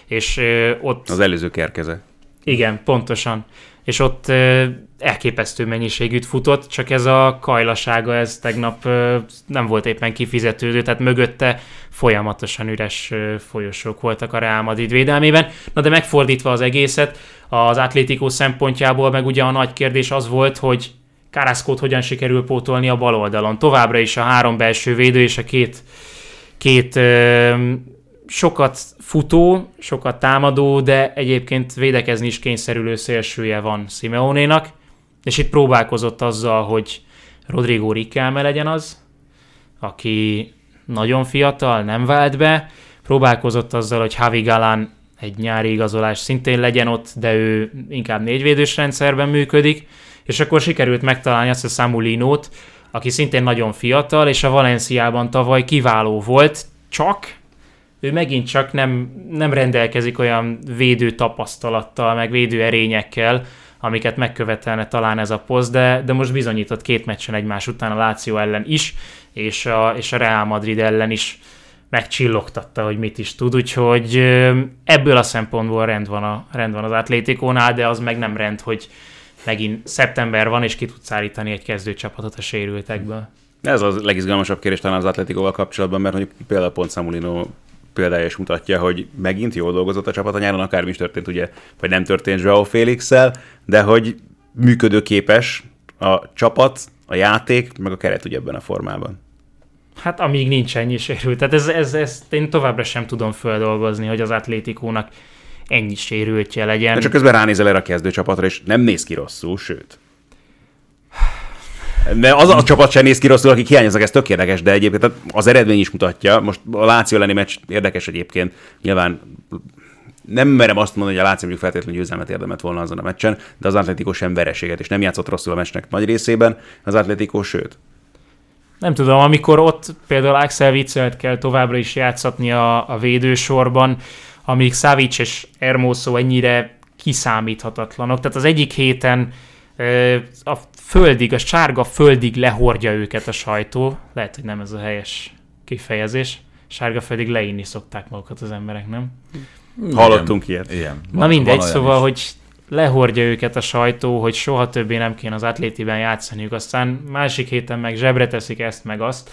és ö, ott... Az előző kerkeze. Igen, pontosan. És ott ö, elképesztő mennyiségűt futott, csak ez a kajlasága, ez tegnap ö, nem volt éppen kifizetődő, tehát mögötte folyamatosan üres ö, folyosók voltak a Real Madrid védelmében. Na de megfordítva az egészet, az Atlético szempontjából meg ugye a nagy kérdés az volt, hogy Carrascót hogyan sikerül pótolni a bal oldalon. Továbbra is a három belső védő és a két, két ö, sokat futó, sokat támadó, de egyébként védekezni is kényszerülő szélsője van Simeonénak, és itt próbálkozott azzal, hogy Rodrigo Riquelme legyen az, aki nagyon fiatal, nem vált be, próbálkozott azzal, hogy Javi Galán egy nyári igazolás szintén legyen ott, de ő inkább négyvédős rendszerben működik, és akkor sikerült megtalálni azt a Samulinót, aki szintén nagyon fiatal, és a Valenciában tavaly kiváló volt, csak ő megint csak nem, nem rendelkezik olyan védő tapasztalattal, meg védő erényekkel, amiket megkövetelne talán ez a poszt, de, de most bizonyított két meccsen egymás után a Lazio ellen is, és a, és a Real Madrid ellen is megcsillogtatta, hogy mit is tud, úgyhogy ebből a szempontból rend van, a, rend van az Atlétikónál, de az meg nem rend, hogy megint szeptember van, és ki tudsz állítani egy kezdőcsapatot a sérültekből. Ez az legizgalmasabb kérdés talán az Atlétikóval kapcsolatban, mert mondjuk például pont Samulino példája is mutatja, hogy megint jól dolgozott a csapat a nyáron, akármi is történt, ugye, vagy nem történt Joao Félix-szel, de hogy működőképes a csapat, a játék, meg a keret ugye ebben a formában. Hát amíg nincs ennyi sérült. Tehát ez, ez, ezt én továbbra sem tudom földolgozni, hogy az Atlétikónak ennyi sérültje legyen. De csak közben ránézel erre a kezdőcsapatra, és nem néz ki rosszul, sőt. De az a csapat sem néz ki rosszul, akik hiányoznak, ez tök érdekes, de egyébként az eredmény is mutatja. Most a Lazio elleni meccs érdekes egyébként. Nyilván nem merem azt mondani, hogy a Lazio mondjuk feltétlenül győzelmet érdemelt volna azon a meccsen, de az Atlético sem vereséget, és nem játszott rosszul a meccsnek nagy részében. Az Atlético sőt. Nem tudom, amikor ott például Axel Witselt kell továbbra is játszatni a, a védősorban, amíg Savic és Hermoso ennyire kiszámíthatatlanok. Tehát az egyik héten a földig, a sárga földig lehordja őket a sajtó. Lehet, hogy nem ez a helyes kifejezés. Sárga földig leinni szokták magukat az emberek, nem? Hallottunk ilyet. Igen. Na mindegy, szóval, is. hogy lehordja őket a sajtó, hogy soha többé nem kéne az Atlétiben játszaniuk. Aztán másik héten meg zsebre teszik ezt meg azt.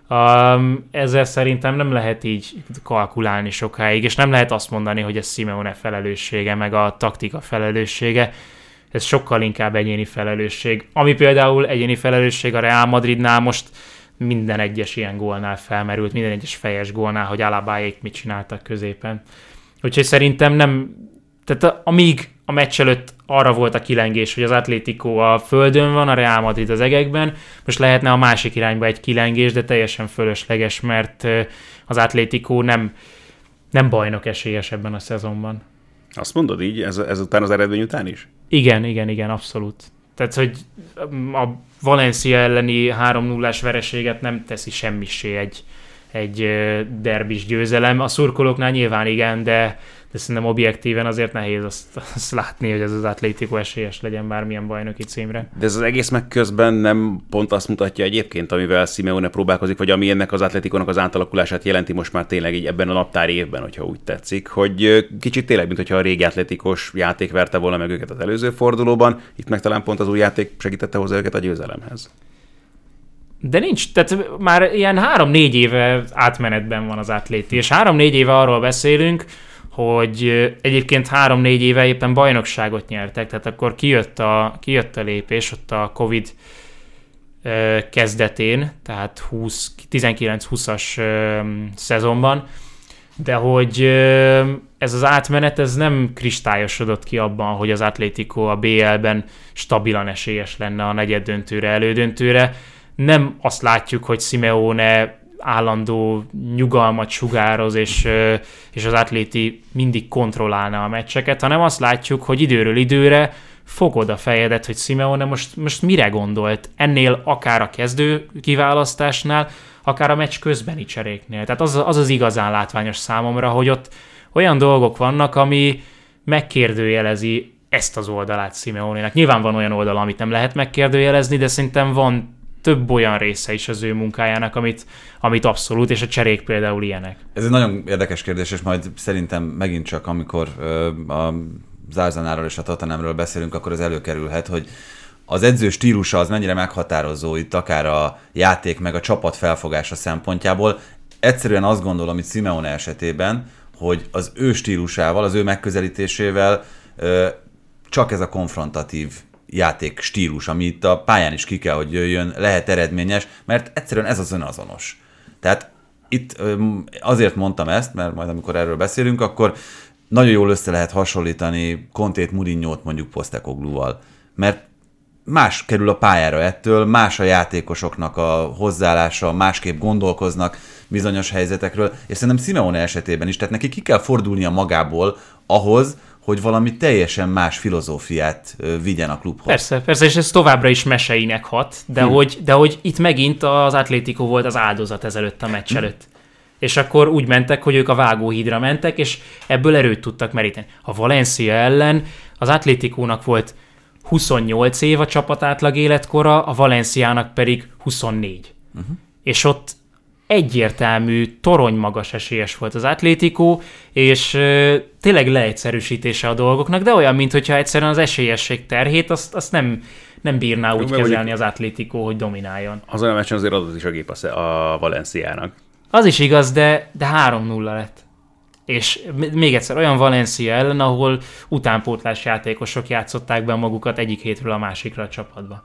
Um, ezzel szerintem nem lehet így kalkulálni sokáig, és nem lehet azt mondani, hogy ez Simeone felelőssége, meg a taktika felelőssége. Ez sokkal inkább egyéni felelősség. Ami például egyéni felelősség a Real Madridnál most minden egyes ilyen gólnál felmerült, minden egyes fejes gólnál, hogy Alabáék mit csináltak középen. Úgyhogy szerintem nem, tehát amíg a meccs előtt arra volt a kilengés, hogy az Atlético a földön van, a Real Madrid az egekben, most lehetne a másik irányba egy kilengés, de teljesen fölösleges, mert az Atlético nem, nem bajnok esélyes ebben a szezonban. Azt mondod így, ez, ezután az eredmény után is? Igen, igen, igen, abszolút. Tehát, hogy a Valencia elleni három nullás vereséget nem teszi semmisé egy, egy derbis győzelem. A szurkolóknál nyilván igen, de, de szerintem objektíven azért nehéz azt, azt látni, hogy ez az Atlético esélyes legyen bármilyen bajnoki címre. De ez az egész meg közben nem pont azt mutatja egyébként, amivel Simeone próbálkozik, vagy ami ennek az Atlétikónak az átalakulását jelenti most már tényleg így ebben a naptári évben, hogyha úgy tetszik, hogy kicsit tényleg, mint hogyha a régi atlétikos játék verte volna meg őket az előző fordulóban, itt meg talán pont az új játék segítette hozzá őket a győzelemhez. De nincs, tehát már ilyen három-négy éve átmenetben van az Atléti, és három-négy éve arról beszélünk, hogy egyébként három-négy éve éppen bajnokságot nyertek, tehát akkor kijött a, kijött a lépés ott a Covid kezdetén, tehát tizenkilenc-húszas szezonban, de hogy ez az átmenet ez nem kristályosodott ki abban, hogy az Atlético a bé el-ben stabilan esélyes lenne a negyeddöntőre, elődöntőre. Nem azt látjuk, hogy Simeone állandó nyugalmat sugároz, és, és az Atléti mindig kontrollálna a meccseket, hanem azt látjuk, hogy időről időre fogod a fejedet, hogy Simeone most, most mire gondolt. Ennél akár a kezdő kiválasztásnál, akár a meccs közbeni cseréknél. Tehát az, az az igazán látványos számomra, hogy ott olyan dolgok vannak, ami megkérdőjelezi ezt az oldalát Simeone-nek. Nyilván van olyan oldal, amit nem lehet megkérdőjelezni, de szerintem van több olyan része is az ő munkájának, amit, amit abszolút, és a cserék például ilyenek. Ez egy nagyon érdekes kérdés, és majd szerintem megint csak, amikor az Arsenalról és a Tottenhamről beszélünk, akkor ez előkerülhet, hogy az edző stílusa az mennyire meghatározó itt akár a játék meg a csapat felfogása szempontjából. Egyszerűen azt gondolom itt Simeone esetében, hogy az ő stílusával, az ő megközelítésével csak ez a konfrontatív játék stílus, ami itt a pályán is ki kell, hogy jöjjön, lehet eredményes, mert egyszerűen ez az önazonos. Tehát itt azért mondtam ezt, mert majd amikor erről beszélünk, akkor nagyon jól össze lehet hasonlítani Contét, Mourinhót mondjuk Postecoglúval, mert más kerül a pályára ettől, más a játékosoknak a hozzáállása, másképp gondolkoznak bizonyos helyzetekről, és szerintem Simeone esetében is, tehát neki ki kell fordulnia magából ahhoz, hogy valami teljesen más filozófiát vigyen a klubhoz. Persze, persze, és ez továbbra is meseinek hat, de, hmm. hogy, de hogy itt megint az Atlético volt az áldozat ezelőtt a meccs előtt. Hmm. És akkor úgy mentek, hogy ők a vágóhídra mentek, és ebből erőt tudtak meríteni. A Valencia ellen az Atléticónak volt huszonnyolc év a csapat átlag életkora, a Valenciának pedig huszonnégy. Uh-huh. És ott egyértelmű, torony magas esélyes volt az Atlético, és ö, tényleg leegyszerűsítése a dolgoknak, de olyan, mintha egyszerűen az esélyesség terhét, azt, azt nem, nem bírná úgy kezelni mondjuk, az Atlético, hogy domináljon. Az olyan meccsen azért adott is a gép a Valenciának. Az is igaz, de, de három nulla lett. És még egyszer olyan Valencia ellen, ahol utánpótlás játékosok játszották be magukat egyik hétről a másikra a csapatba.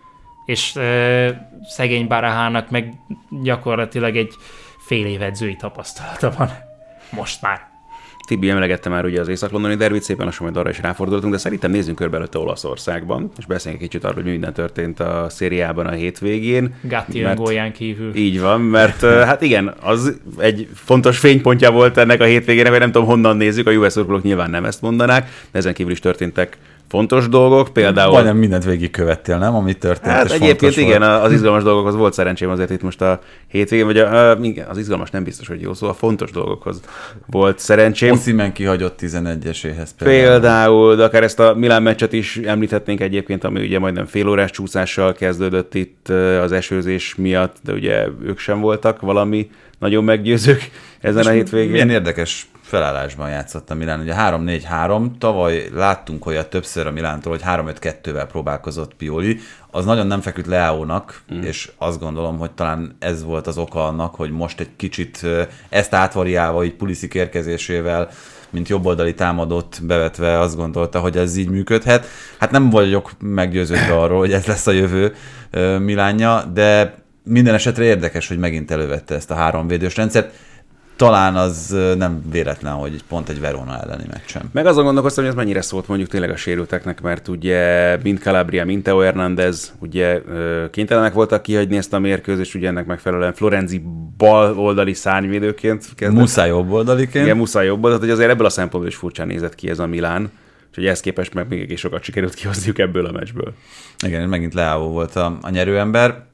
És ö, szegény Barahának meg gyakorlatilag egy fél év edzői tapasztalata van. Most már. Tibi emlegette már ugye az észak-londoni derbit, szépen lassan majd arra is ráfordultunk, de szerintem nézzünk körbe előtte Olaszországban, és beszéljünk kicsit arról, hogy minden történt a szériában a hétvégén. Gatti öngólján kívül. Így van, mert hát igen, az egy fontos fénypontja volt ennek a hétvégének, vagy nem tudom honnan nézzük, a Juve szurkolók nyilván nem ezt mondanák, de ezen kívül is történtek fontos dolgok, például... Majdnem mindent végigkövettél, nem? Amit történt, hát egyébként igen, volt. Az izgalmas dolgokhoz volt szerencsém azért itt most a hétvégén, vagy a, igen, az izgalmas nem biztos, hogy jó szó, a fontos dolgokhoz volt szerencsém. Osimhen kihagyott tizenegyeséhez például. Például, de akár ezt a Milán meccset is említhetnénk egyébként, ami ugye majdnem fél órás csúszással kezdődött itt az esőzés miatt, de ugye ők sem voltak valami nagyon meggyőzők ezen és a hétvégén. Milyen érdekes felállásban játszott a Milán. Ugye három négy három, tavaly láttunk olyat többször a Milántól, hogy három öt kettővel próbálkozott Pioli. Az nagyon nem feküdt Leáónak, mm. és azt gondolom, hogy talán ez volt az oka annak, hogy most egy kicsit ezt átvariálva, így Pulisic érkezésével, mint jobboldali támadót bevetve azt gondolta, hogy ez így működhet. Hát nem vagyok meggyőződve arról, hogy ez lesz a jövő Milánja, de minden esetre érdekes, hogy megint elővette ezt a háromvédős rendszert. Talán az nem véletlen, hogy pont egy Verona elleni meccsen. Meg azon gondolkoztam, hogy ez mennyire szólt mondjuk tényleg a sérülteknek, mert ugye mind Calabria, mind Theo Hernández ugye kénytelenek voltak kihagyni ezt a mérkőzést, ugye ennek megfelelően Florenzi bal oldali szárnyvédőként kezdett. Muszáj jobb oldaliként. Igen, muszáj jobb oldalt, hogy azért ebből a szempontból is furcsán nézett ki ez a Milán. Úgyhogy ehhez képest meg még egész sokat sikerült kihozniuk ebből a meccsből. Igen, megint Leao volt a, a nyerőember.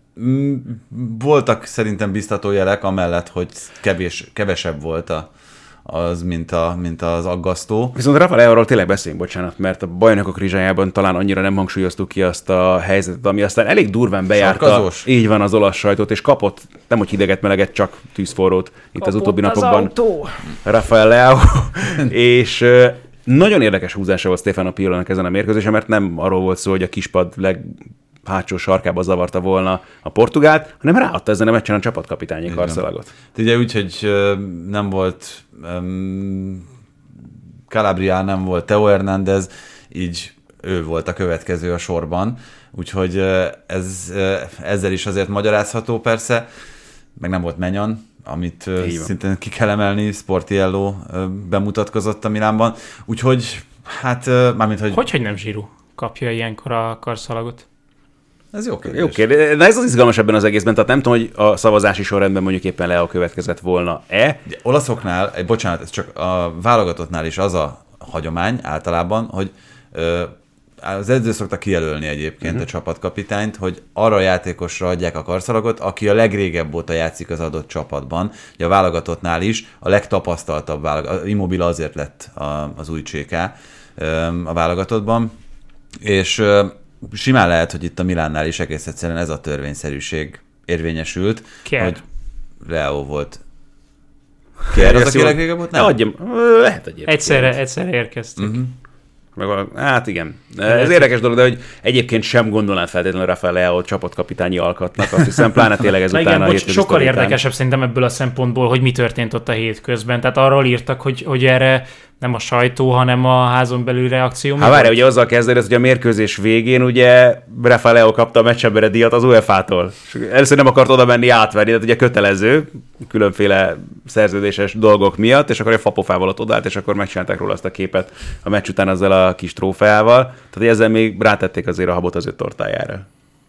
Voltak szerintem biztató jelek, amellett, hogy kevés, kevesebb volt a, az, mint, a, mint az aggasztó. Viszont Rafa Leaóról tényleg beszéljünk, bocsánat, mert a bajnokok rizsájában talán annyira nem hangsúlyoztuk ki azt a helyzetet, ami aztán elég durván bejárta. Sarkazós. Így van, az olasz sajtót, és kapott, nem hogy hideget, meleget, csak tűzforrót itt kapott az utóbbi az napokban. Autó. Rafael Leao. És nagyon érdekes húzása volt Stefano Piolinak ezen a mérkőzésen, mert nem arról volt szó, hogy a kispad leg hátsó sarkába zavarta volna a portugált, hanem ráadta ezen a meccsen a csapatkapitányi karszalagot. Ugye úgy, hogy nem volt um, Calabria, nem volt Theo Hernández, így ő volt a következő a sorban, úgyhogy ez, ezzel is azért magyarázható persze, meg nem volt Menyon, amit szintén ki kell emelni, Sportiello bemutatkozott a Milánban, úgyhogy hát mármint, hogy... Hogy, hogy nem Giroud kapja ilyenkor a karszalagot? Ez jó kérdés. Jó kérdés. De ez az izgalmas ebben az egészben, tehát nem tudom, hogy a szavazási sorrendben mondjuk éppen Leao következett volna-e. Ugye, olaszoknál, bocsánat, ez csak a válogatottnál is az a hagyomány általában, hogy ö, az edző szokta kijelölni egyébként uh-huh. a csapatkapitányt, hogy arra a játékosra adják a karszalagot, aki a legrégebb óta játszik az adott csapatban. Ugye a válogatottnál is a legtapasztaltabb válogatott, Immobile azért lett a, az új cséká a válogatottban, és simán lehet, hogy itt a Milánnál is egész egyszerűen ez a törvényszerűség érvényesült, Kier. hogy Leao volt. Kier az, aki legrégebb volt? Nem. Adjam, lehet egyébként. Egyszerre, egyszerre érkeztünk. Uh-huh. Meg val- hát igen. Ez érdekes dolog, de hogy egyébként sem gondolnám feltétlenül Rafael Leao csapatkapitányi alkatnak, azt hiszem, pláne tényleg ezután igen, a bocs, hétközi sokkal sztoritán. érdekesebb szerintem ebből a szempontból, hogy mi történt ott a hétközben. Tehát arról írtak, hogy, hogy erre nem a sajtó, hanem a házon belül reakció. Hát várj, ugye azzal kezdődött, hogy a mérkőzés végén ugye Rafael Leao kapta a meccsembere díjat az u e fá tól. Először nem akart oda menni átverni, tehát ugye kötelező, különféle szerződéses dolgok miatt, és akkor egy fapofával ott odállt, és akkor megcsinálták róla azt a képet a meccs után azzal a kis trófeával. Tehát ezzel még rátették azért a habot az ő tortájára.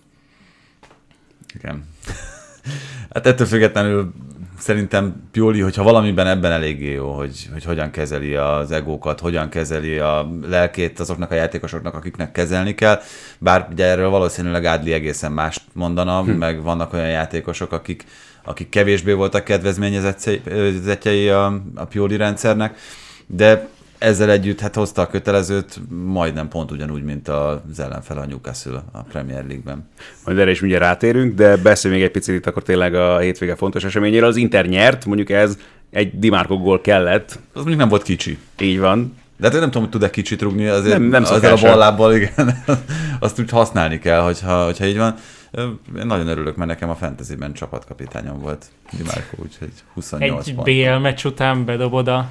Igen. Hát ettől függetlenül szerintem Pioli, hogyha valamiben ebben eléggé jó, hogy, hogy hogyan kezeli az egókat, hogyan kezeli a lelkét azoknak a játékosoknak, akiknek kezelni kell. Bár ugye erről valószínűleg Ádli egészen mást mondana, hm. meg vannak olyan játékosok, akik, akik kevésbé voltak kedvezményezettjei a, a Pioli rendszernek, de ezzel együtt hát hozta a kötelezőt majdnem pont ugyanúgy, mint az ellenfel a Newcastle a Premier League-ben. Majd erre is mindjárt rátérünk, de beszélj még egy picit itt akkor tényleg a hétvége fontos eseményéről. Az Inter nyert, mondjuk ez egy Di Marco gól kellett. Az mondjuk nem volt kicsi. Így van. De hát én nem tudom, hogy tud-e kicsit rúgni, azért nem, nem ezzel a ballábbal, igen, azt úgy használni kell, hogyha, hogyha így van. Én nagyon örülök, mert nekem a fantasyben csapatkapitányom volt Di Marco, úgyhogy huszonnyolc egy pont. bé el meccs után bedobod a...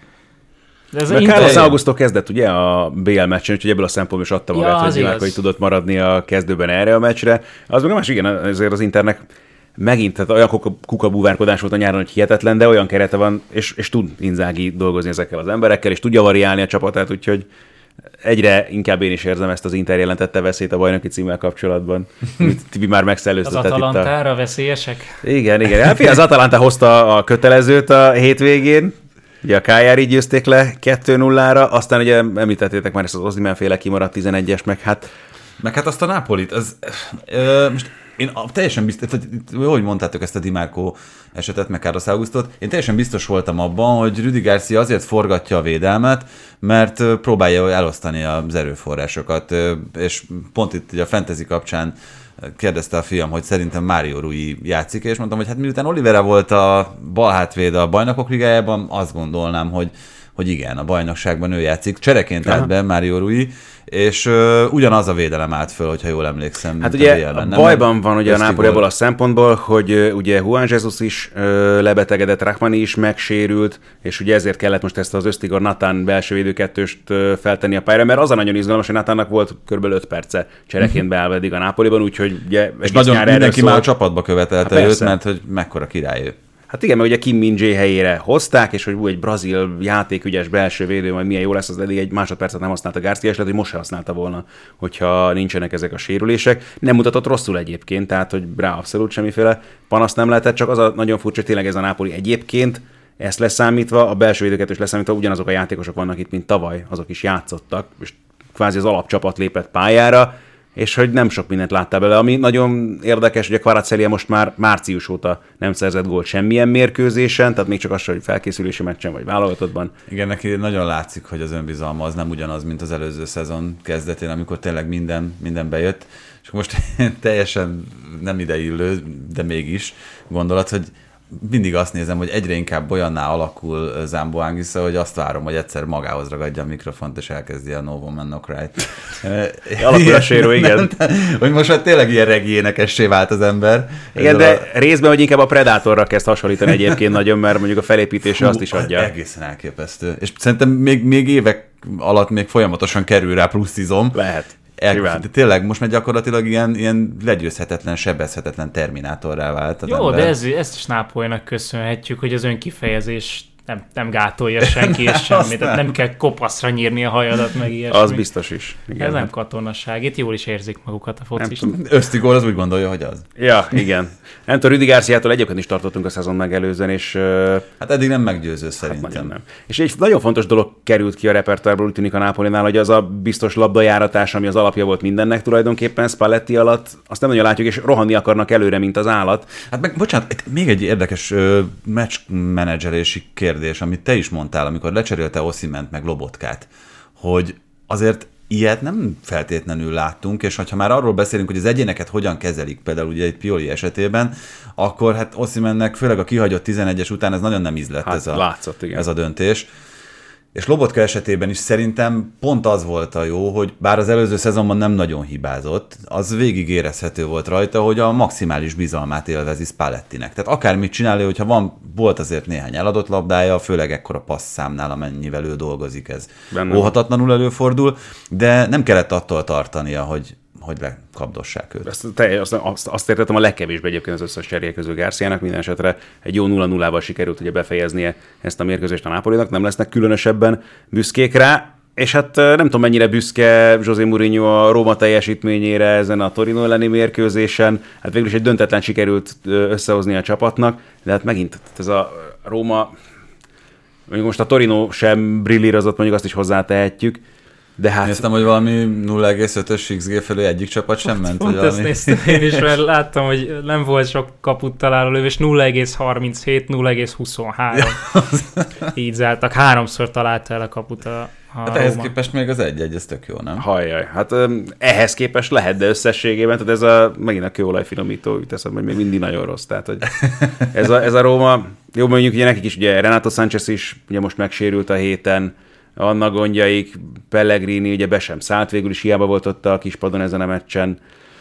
Ez a Carlos Augusto kezdett ugye a bé el meccsen, úgyhogy ebből a szempontból is adta magát, ja, hogy Di Marco, hogy tudott maradni a kezdőben erre a meccsre. Az meg a másik, igen, azért az Internek megint, tehát olyan kukabúvárkodás volt a nyáron, hogy hihetetlen, de olyan kerete van, és, és tud Inzaghi dolgozni ezekkel az emberekkel, és tudja variálni a csapatát, úgyhogy egyre inkább én is érzem ezt az Inter jelentette veszélyt a bajnoki címmel kapcsolatban. Tibi már megszellőztetett itt. Az Atalantára a... veszélyesek? Igen, igen. Hát, az Atalanta hozta a kötelezőt a hétvégén, ugye a Cagliari győzték le kettő nullára, aztán ugye említettétek már ezt az Osimhen féle kimaradt tizenegyes, meg hát... Meg hát azt a Nápolit, az... Ö, most én teljesen biztos, hogy mondtátok ezt a Di Marco esetet, meg Carlos Augustot, én teljesen biztos voltam abban, hogy Rüdi Garcia azért forgatja a védelmet, mert próbálja elosztani az erőforrásokat, és pont itt ugye a fantasy kapcsán kérdezte a fiam, hogy szerintem Mário Rui játszik, és mondtam, hogy hát miután Olivera volt a balhátvéd a Bajnokok Ligájában, azt gondolnám, hogy, hogy igen, a bajnokságban ő játszik. Csereként állt be Mário Rui, és uh, ugyanaz a védelem állt föl, hogyha jól emlékszem. Hát ugye a bajban van ugye a Napoli abból a szempontból, hogy uh, ugye Juan Jesus is uh, lebetegedett, Rahmani is megsérült, és ugye ezért kellett most ezt az Östigor Natán belső védőkettőst uh, feltenni a pályára, mert az a nagyon izgalmas, hogy Natánnak volt kb. öt perce csereként beállva eddig a Napoliban, úgyhogy ugye és nagyon mindenki már a csapatba követelte hát őt, mert hogy mekkora király ő. Hát igen, mert ugye Kim Min-jae helyére hozták, és hogy úgy egy brazil játékügyes belső védő, majd milyen jó lesz, az eddig egy másodpercet nem használta Garcia, és lehet, hogy most se használta volna, hogyha nincsenek ezek a sérülések. Nem mutatott rosszul egyébként, tehát hogy rá abszolút semmiféle panaszt nem lehetett, csak az a nagyon furcsa, hogy tényleg ez a Napoli egyébként, ezt leszámítva, a belső védőket is leszámítva, ugyanazok a játékosok vannak itt, mint tavaly, azok is játszottak, és kvázi az alapcsapat lépett pályára, és hogy nem sok mindent láttál bele. Ami nagyon érdekes, hogy a Kvaratskhelia most már március óta nem szerzett gólt semmilyen mérkőzésen, tehát még csak az, hogy felkészülési meccsen vagy válogatottban. Igen, neki nagyon látszik, hogy az önbizalma az nem ugyanaz, mint az előző szezon kezdetén, amikor tényleg minden, minden bejött. És most teljesen nem ideillő, de mégis gondolat, hogy mindig azt nézem, hogy egyre inkább olyanná alakul Zambo Anguissa, hogy azt várom, hogy egyszer magához ragadja a mikrofont, és elkezdi a No Woman No Cry. Alakul a sérő, igen. Hogy most már tényleg ilyen regi énekessé vált az ember. Igen, de a... részben, hogy inkább a Predatorra kezd hasonlítani egyébként nagyon, mert mondjuk a felépítése Hú, azt is adja. Egészen elképesztő. És szerintem még, még évek alatt még folyamatosan kerül rá plusz izom. Lehet. El, tényleg most már gyakorlatilag ilyen, ilyen legyőzhetetlen, sebezhetetlen terminátorrá vált. Jó, ember. de ez, ezt is Nápolynak köszönhetjük, hogy az önkifejezés nem, nem gátolja senki és semmit. Tehát nem kell kopaszra nyírni a hajadat, meg ilyesmi. Az biztos is. Igen. Ez nem katonaság. Itt jól is érzik magukat a focisták. Ösztigól az úgy gondolja, hogy az. Ja, igen. Nem tudom, Rüdi Garciától egyébként is tartottunk a szezon megelőzően, és... Hát eddig nem meggyőző szerintem. Hát nem. És egy nagyon fontos dolog került ki a repertoárból, úgy tűnik a Nápolinál, hogy az a biztos labdajáratás, ami az alapja volt mindennek tulajdonképpen Spalletti alatt, azt nem nagyon látjuk, és rohanni akarnak előre, mint az állat. Hát meg, bocsánat, még egy érdekes uh, match-menedzselési kérdés, amit te is mondtál, amikor lecserélte Osimhent meg Lobotkát, hogy azért ilyet nem feltétlenül láttunk, és ha már arról beszélünk, hogy az egyéneket hogyan kezelik, például ugye egy Pioli esetében, akkor hát Osimhennek főleg a kihagyott tizenegyes után ez nagyon nem ízlett, hát, ez, a, látszott, ez a döntés. És Lobotka esetében is szerintem pont az volt a jó, hogy bár az előző szezonban nem nagyon hibázott, az végig érezhető volt rajta, hogy a maximális bizalmát élvezi Spallettinek. Tehát akármit csinálja, hogyha van, volt azért néhány eladott labdája, főleg ekkora passzámnál, amennyivel ő dolgozik, ez Benne. óhatatlanul előfordul, de nem kellett attól tartania, hogy hogy lekapdossák őt. Ezt, te, azt, azt, azt értettem a legkevésbé egyébként az összes cseréje közül Garciának, minden esetre egy jó nulla nullával sikerült ugye befejeznie ezt a mérkőzést a Napolinak, nem lesznek különösebben büszkék rá, és hát nem tudom mennyire büszke José Mourinho a Róma teljesítményére ezen a Torino elleni mérkőzésen, hát végül is egy döntetlen sikerült összehozni a csapatnak, de hát megint ez a Róma, mondjuk most a Torino sem brillírozott, mondjuk azt is hozzátehetjük, de hát... Néztem, hogy valami nulla egész ötös iksz gé felé egyik csapat sem ment. Pont ezt néztem én is, mert láttam, hogy nem volt sok kaput találó lövés, nulla egész harminchét, nulla egész huszonhárom. Így zártak, háromszor találta el a kaput a, a Hát Róma. ehhez képest még az egy-egy, ez tök jó, nem? Hajjaj, hát ehhez képest lehet, de összességében, tehát ez a, megint a kőolajfinomító jut eszembe, hogy még mindig nagyon rossz, tehát hogy ez a, ez a Róma, jó mondjuk ugye nekik is, ugye Renato Sánchez is ugye most megsérült a héten, annak gondjaik, Pellegrini ugye be sem szállt, végül is hiába volt ott a kispadon ezen a meccsen.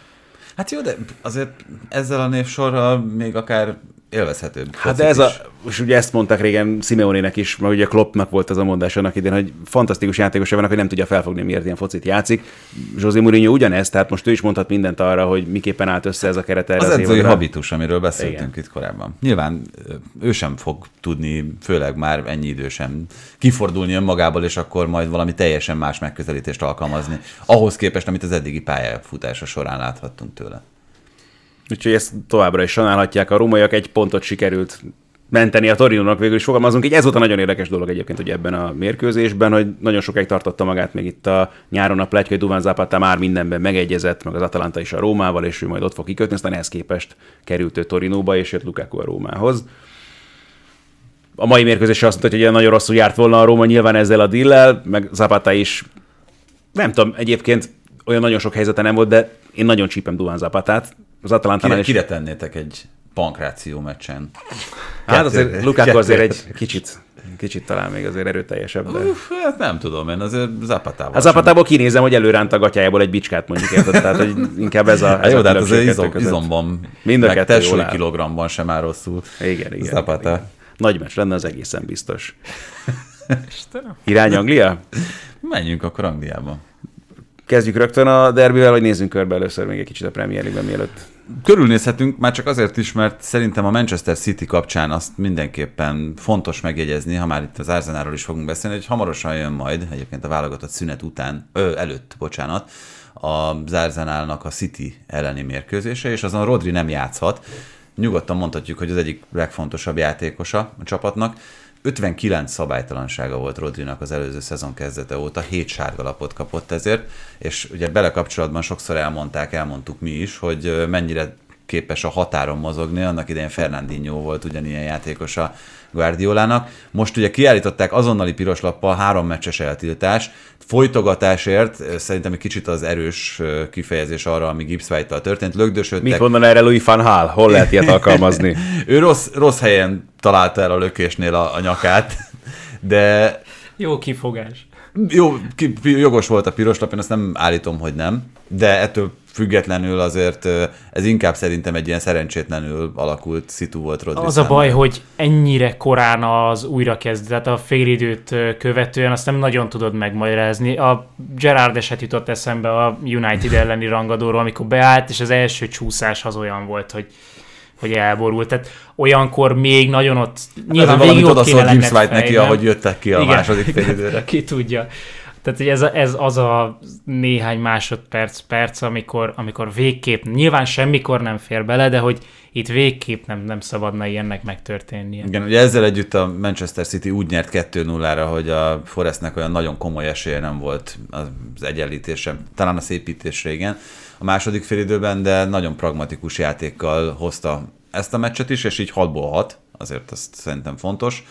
Hát jó, de azért ezzel a névsorral még akár élvezhetőbb. Hát de ez a, és ugye ezt mondták régen Simeonének is, mert ugye Kloppnak volt az a mondás annak idén, hogy fantasztikus játékosai vannak, hogy nem tudja felfogni, miért ilyen focit játszik. José Mourinho ugyanez, tehát most ő is mondhat mindent arra, hogy miképpen állt össze ez a keret erre az, az edzői évadra. habitus, amiről beszéltünk Igen. itt korábban. Nyilván ő sem fog tudni, főleg már ennyi idősen kifordulni önmagából, és akkor majd valami teljesen más megközelítést alkalmazni, ahhoz képest, amit az eddigi pályafutása során láthattunk tőle. Úgyhogy ezt továbbra is sajnálhatják. A rómaiak, egy pontot sikerült menteni a Torinónak, végül is fogalmazunk. Így ez volt a nagyon érdekes dolog egyébként ugye ebben a mérkőzésben, hogy nagyon sokáig tartotta magát még itt a nyáron a pletyka, hogy Duvan Zapata már mindenben megegyezett, meg az Atalanta is a Rómával, és ő majd ott fog kikötni, aztán ehhez képest került ő Torinóba, és jött Lukaku a Rómához. A mai mérkőzésre azt mondta, hogy nagyon rosszul járt volna a Róma nyilván ezzel a deallel, meg Zapata is, nem tudom, egyébként olyan nagyon sok helyzete nem volt, de én nagyon csípem Duvan Zapatát. Az Atalantánál is... Kire tennétek egy pankráció meccsen? Hát azért Lukaku azért egy kicsit, kicsit talán még azért erőteljesebb. De... Uf, hát nem tudom, én azért Zapatával. Hát Zapatából kinézem, hogy előránt a gatyájából egy bicskát mondjuk, érted? Tehát, hogy inkább ez a... Ez jó, de hát azért izom, izomban, mind a meg testsúly kilogramban sem áll rosszul. Igen, igen. Zapata. Igen. Nagy meccs lenne, az egészen biztos. Irány Anglia? Menjünk akkor Angliába. Kezdjük rögtön a derbivel, vagy nézzünk körbe először még egy kicsit a Premier League-ben mielőtt? Körülnézhetünk, már csak azért is, mert szerintem a Manchester City kapcsán azt mindenképpen fontos megjegyezni, ha már itt az Arsenalról is fogunk beszélni, hogy hamarosan jön majd, egyébként a válogatott szünet után, ö, előtt, bocsánat, az Arsenalnak a City elleni mérkőzése, és azon Rodri nem játszhat. Nyugodtan mondhatjuk, hogy az egyik legfontosabb játékosa a csapatnak. ötvenkilenc szabálytalansága volt Rodrinak az előző szezon kezdete óta, hét sárgalapot kapott ezért, és ugye belekapcsolatban sokszor elmondták, elmondtuk mi is, hogy mennyire képes a határon mozogni, annak idején Fernandinho volt ugyanilyen játékos a Guardiolának. Most ugye kiállították azonnali piros lappal, három meccses eltiltás, folytogatásért, szerintem egy kicsit az erős kifejezés arra, ami Gibbs White-tal történt, lögdösödtek. Mit mondaná erre Louis van Gaal? Hol lehet ilyet alkalmazni? Ő rossz, rossz helyen találta el a lökésnél a, a nyakát, de... Jó kifogás. Jó, ki, jogos volt a piros lap, én azt nem állítom, hogy nem, de ettől függetlenül azért ez inkább szerintem egy ilyen szerencsétlenül alakult szitu volt Rodri. Az a baj, hogy ennyire korán az újrakezd, tehát a félidőt követően azt nem nagyon tudod megmagyarázni. A Gerrard eset jutott eszembe a United elleni rangadóról, amikor beállt, és az első csúszás az olyan volt, hogy hogy elborult. Tehát olyankor még nagyon ott... Nyilván végig ott kéne lenned fejben. Neki, ahogy jöttek ki a igen, második félidőre. Ki tudja. Tehát ez, a, ez az a néhány másodperc, perc, amikor, amikor végképp, nyilván semmikor nem fér bele, de hogy itt végképp nem, nem szabadna ilyennek megtörténnie. Igen, ugye ezzel együtt a Manchester City úgy nyert kettő nullára, hogy a Forestnek olyan nagyon komoly esélye nem volt az egyenlítése, talán a szépítés régen a második félidőben, de nagyon pragmatikus játékkal hozta ezt a meccset is, és így hatból hat, azért azt szerintem fontos.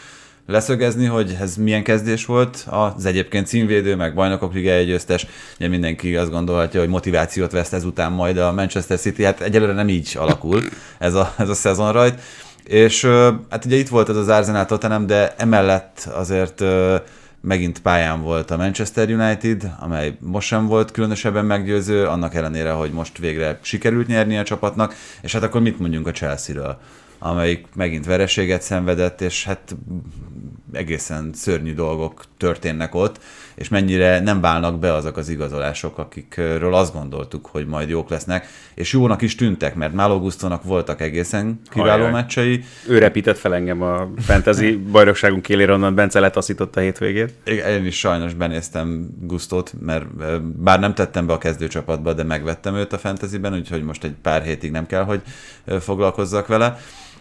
leszögezni, hogy ez milyen kezdés volt az egyébként címvédő, meg bajnokok ligája győztes. Ugye mindenki azt gondolhatja, hogy motivációt veszt ezután majd a Manchester City. Hát egyelőre nem így alakul ez a, ez a szezon rajt. És hát ugye itt volt ez az Arsenal Tottenham, de emellett azért megint pályán volt a Manchester United, amely most sem volt különösebben meggyőző, annak ellenére, hogy most végre sikerült nyerni a csapatnak, és hát akkor mit mondjunk a Chelsea-ről, amelyik megint vereséget szenvedett, és hát egészen szörnyű dolgok történnek ott, és mennyire nem válnak be azok az igazolások, akikről azt gondoltuk, hogy majd jók lesznek, és jónak is tűntek, mert Malo Gustonak voltak egészen kiváló Ajaj. meccsei. Ő repített fel engem a fantasy bajnokságunk élére, onnan Bence letaszította a hétvégét. Én is sajnos benéztem Gustot, mert bár nem tettem be a kezdőcsapatba, de megvettem őt a fantasyben, úgyhogy most egy pár hétig nem kell, hogy foglalkozzak vele.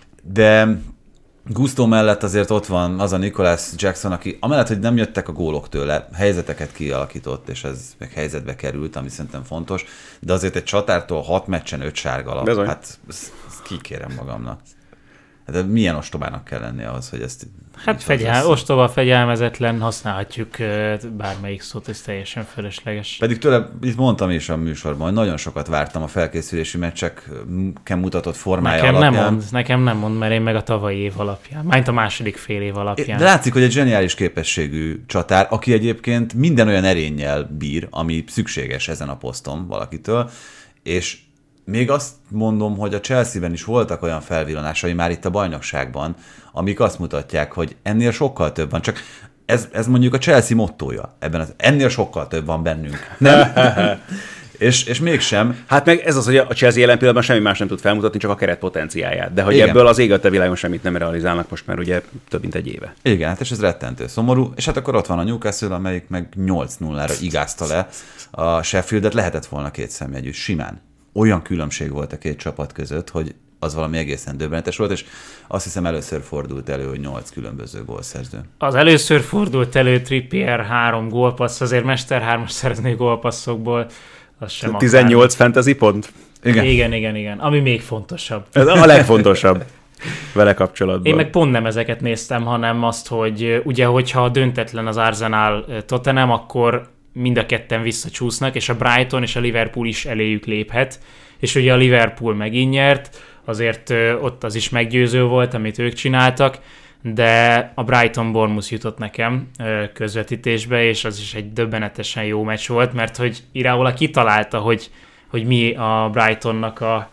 De Gusto mellett azért ott van az a Nicholas Jackson, aki amellett, hogy nem jöttek a gólok tőle, helyzeteket kialakított, és ez meg helyzetbe került, ami szerintem fontos, de azért egy csatártól hat meccsen öt sárga lap, Bezony. hát ezt, ezt kikérem magamnak. Hát milyen ostobának kell lenni ahhoz, hogy ezt... Hát fegyel, ostoba, fegyelmezetlen, használhatjuk bármelyik szót, ez teljesen fölösleges. Pedig tőle, itt mondtam is a műsorban, hogy nagyon sokat vártam a felkészülési meccseken mutatott formája nekem alapján. Nem mond, nekem nem mond, mert én meg a tavalyi év alapján, mányt a második fél év alapján. De látszik, hogy egy zseniális képességű csatár, aki egyébként minden olyan erénnyel bír, ami szükséges ezen a poszton valakitől, és még azt mondom, hogy a Chelsea-ben is voltak olyan felvillanásai már itt a bajnokságban, amik azt mutatják, hogy ennél sokkal több van. Csak ez, ez mondjuk a Chelsea mottója. Ebben az, ennél sokkal több van bennünk. Nem? és, és mégsem. Hát meg ez az, hogy a Chelsea jelen pillanatban semmi más nem tud felmutatni, csak a keret potenciáját. De hogy Igen. ebből az ég a világon semmit nem realizálnak most már ugye több mint egy éve. Igen, hát és ez rettentő szomorú. És hát akkor ott van a Newcastle, amelyik meg nyolc nullára igázta le a Sheffieldet, lehetett volna két szemjegyű, simán. Olyan különbség volt a két csapat között, hogy az valami egészen döbbenetes volt, és azt hiszem először fordult elő, hogy nyolc különböző gólszerző. Az először fordult elő Trippier három gólpassz, azért Mester hármas szerezni gólpasszokból, az sem tizennyolc akár. Fantasy pont? Igen. igen, igen, igen, ami még fontosabb. Ez a legfontosabb vele kapcsolatban. Én meg pont nem ezeket néztem, hanem azt, hogy ugye, hogyha döntetlen az Arsenal Tottenham, akkor mind a ketten visszacsúsznak, és a Brighton és a Liverpool is eléjük léphet, és ugye a Liverpool megint nyert, azért ö, ott az is meggyőző volt, amit ők csináltak, de a Brighton Bournemouth jutott nekem ö, közvetítésbe, és az is egy döbbenetesen jó meccs volt, mert hogy Iraola kitalálta, hogy, hogy mi a Brightonnak a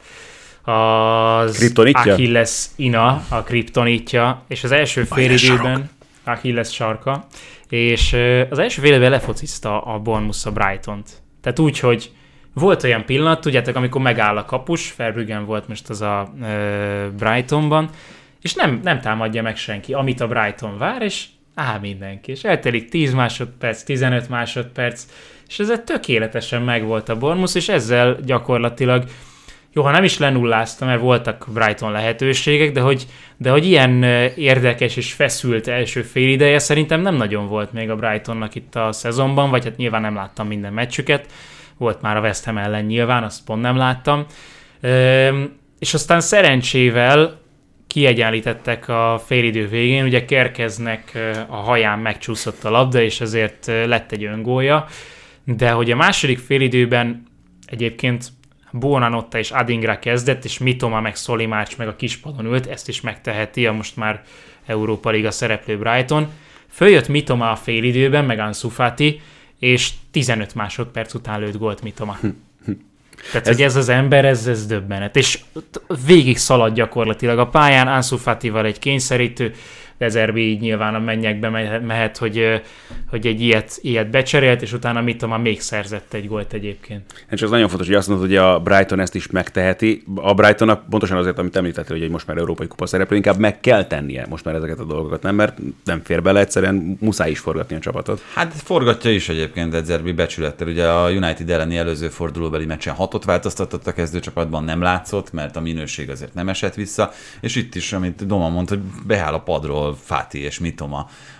az Achilles ina, a kriptonitja, és az első fél időben Achilles sarka, és az első fél évben lefocizta a Bournemouth a Brightont. Tehát úgy, hogy volt olyan pillanat, tudjátok, amikor megáll a kapus, Verbruggen volt most az a e, Brightonban, és nem, nem támadja meg senki, amit a Brighton vár, és áll mindenki. És eltelik tíz másodperc, tizenöt másodperc, és ezzel tökéletesen megvolt a Bournemouth, és ezzel gyakorlatilag jó, ha nem is lenullázta, mert voltak Brighton lehetőségek, de hogy, de hogy ilyen érdekes és feszült első félideje szerintem nem nagyon volt még a Brightonnak itt a szezonban, vagy hát nyilván nem láttam minden meccsüket, volt már a West Ham ellen nyilván, azt pont nem láttam. Üm, és aztán szerencsével kiegyenlítettek a félidő végén, ugye Kerkeznek a haján megcsúszott a labda, és ezért lett egy öngólja, de hogy a második félidőben egyébként Buonanotte és Adingra kezdett, és Mitoma meg Solimács meg a kispadon ült, ezt is megteheti a most már Európa Liga szereplő Brighton. Följött Mitoma a félidőben, meg Ansu Fati, és tizenöt másodperc után lőtt gólt Mitoma. Tehát, ez... hogy ez az ember, ez, ez döbbenet. És végig szalad gyakorlatilag a pályán, Ansu Fatival egy kényszerítő, de Zerbi így nyilván a mennyekbe mehet, hogy, hogy egy ilyet, ilyet becserélt, és utána Mitoma még szerzett egy gólt egyébként. És ez nagyon fontos, hogy azt mondod, hogy a Brighton ezt is megteheti. A Brightonnak pontosan azért, amit említettél, hogy most már európai kupa szereplő, inkább meg kell tennie most már ezeket a dolgokat, nem? Mert nem fér bele, egyszerűen muszáj is forgatni a csapatot. Hát forgatja is egyébként De Zerbi becsülettel. Ugye a United elleni előző fordulóbeli meccsen hatot változtatott a kezdőcsapatban, nem látszott, mert a minőség azért nem esett vissza, és itt is, amit Doma mondta, hogy beáll a padról Fati és Mitoma a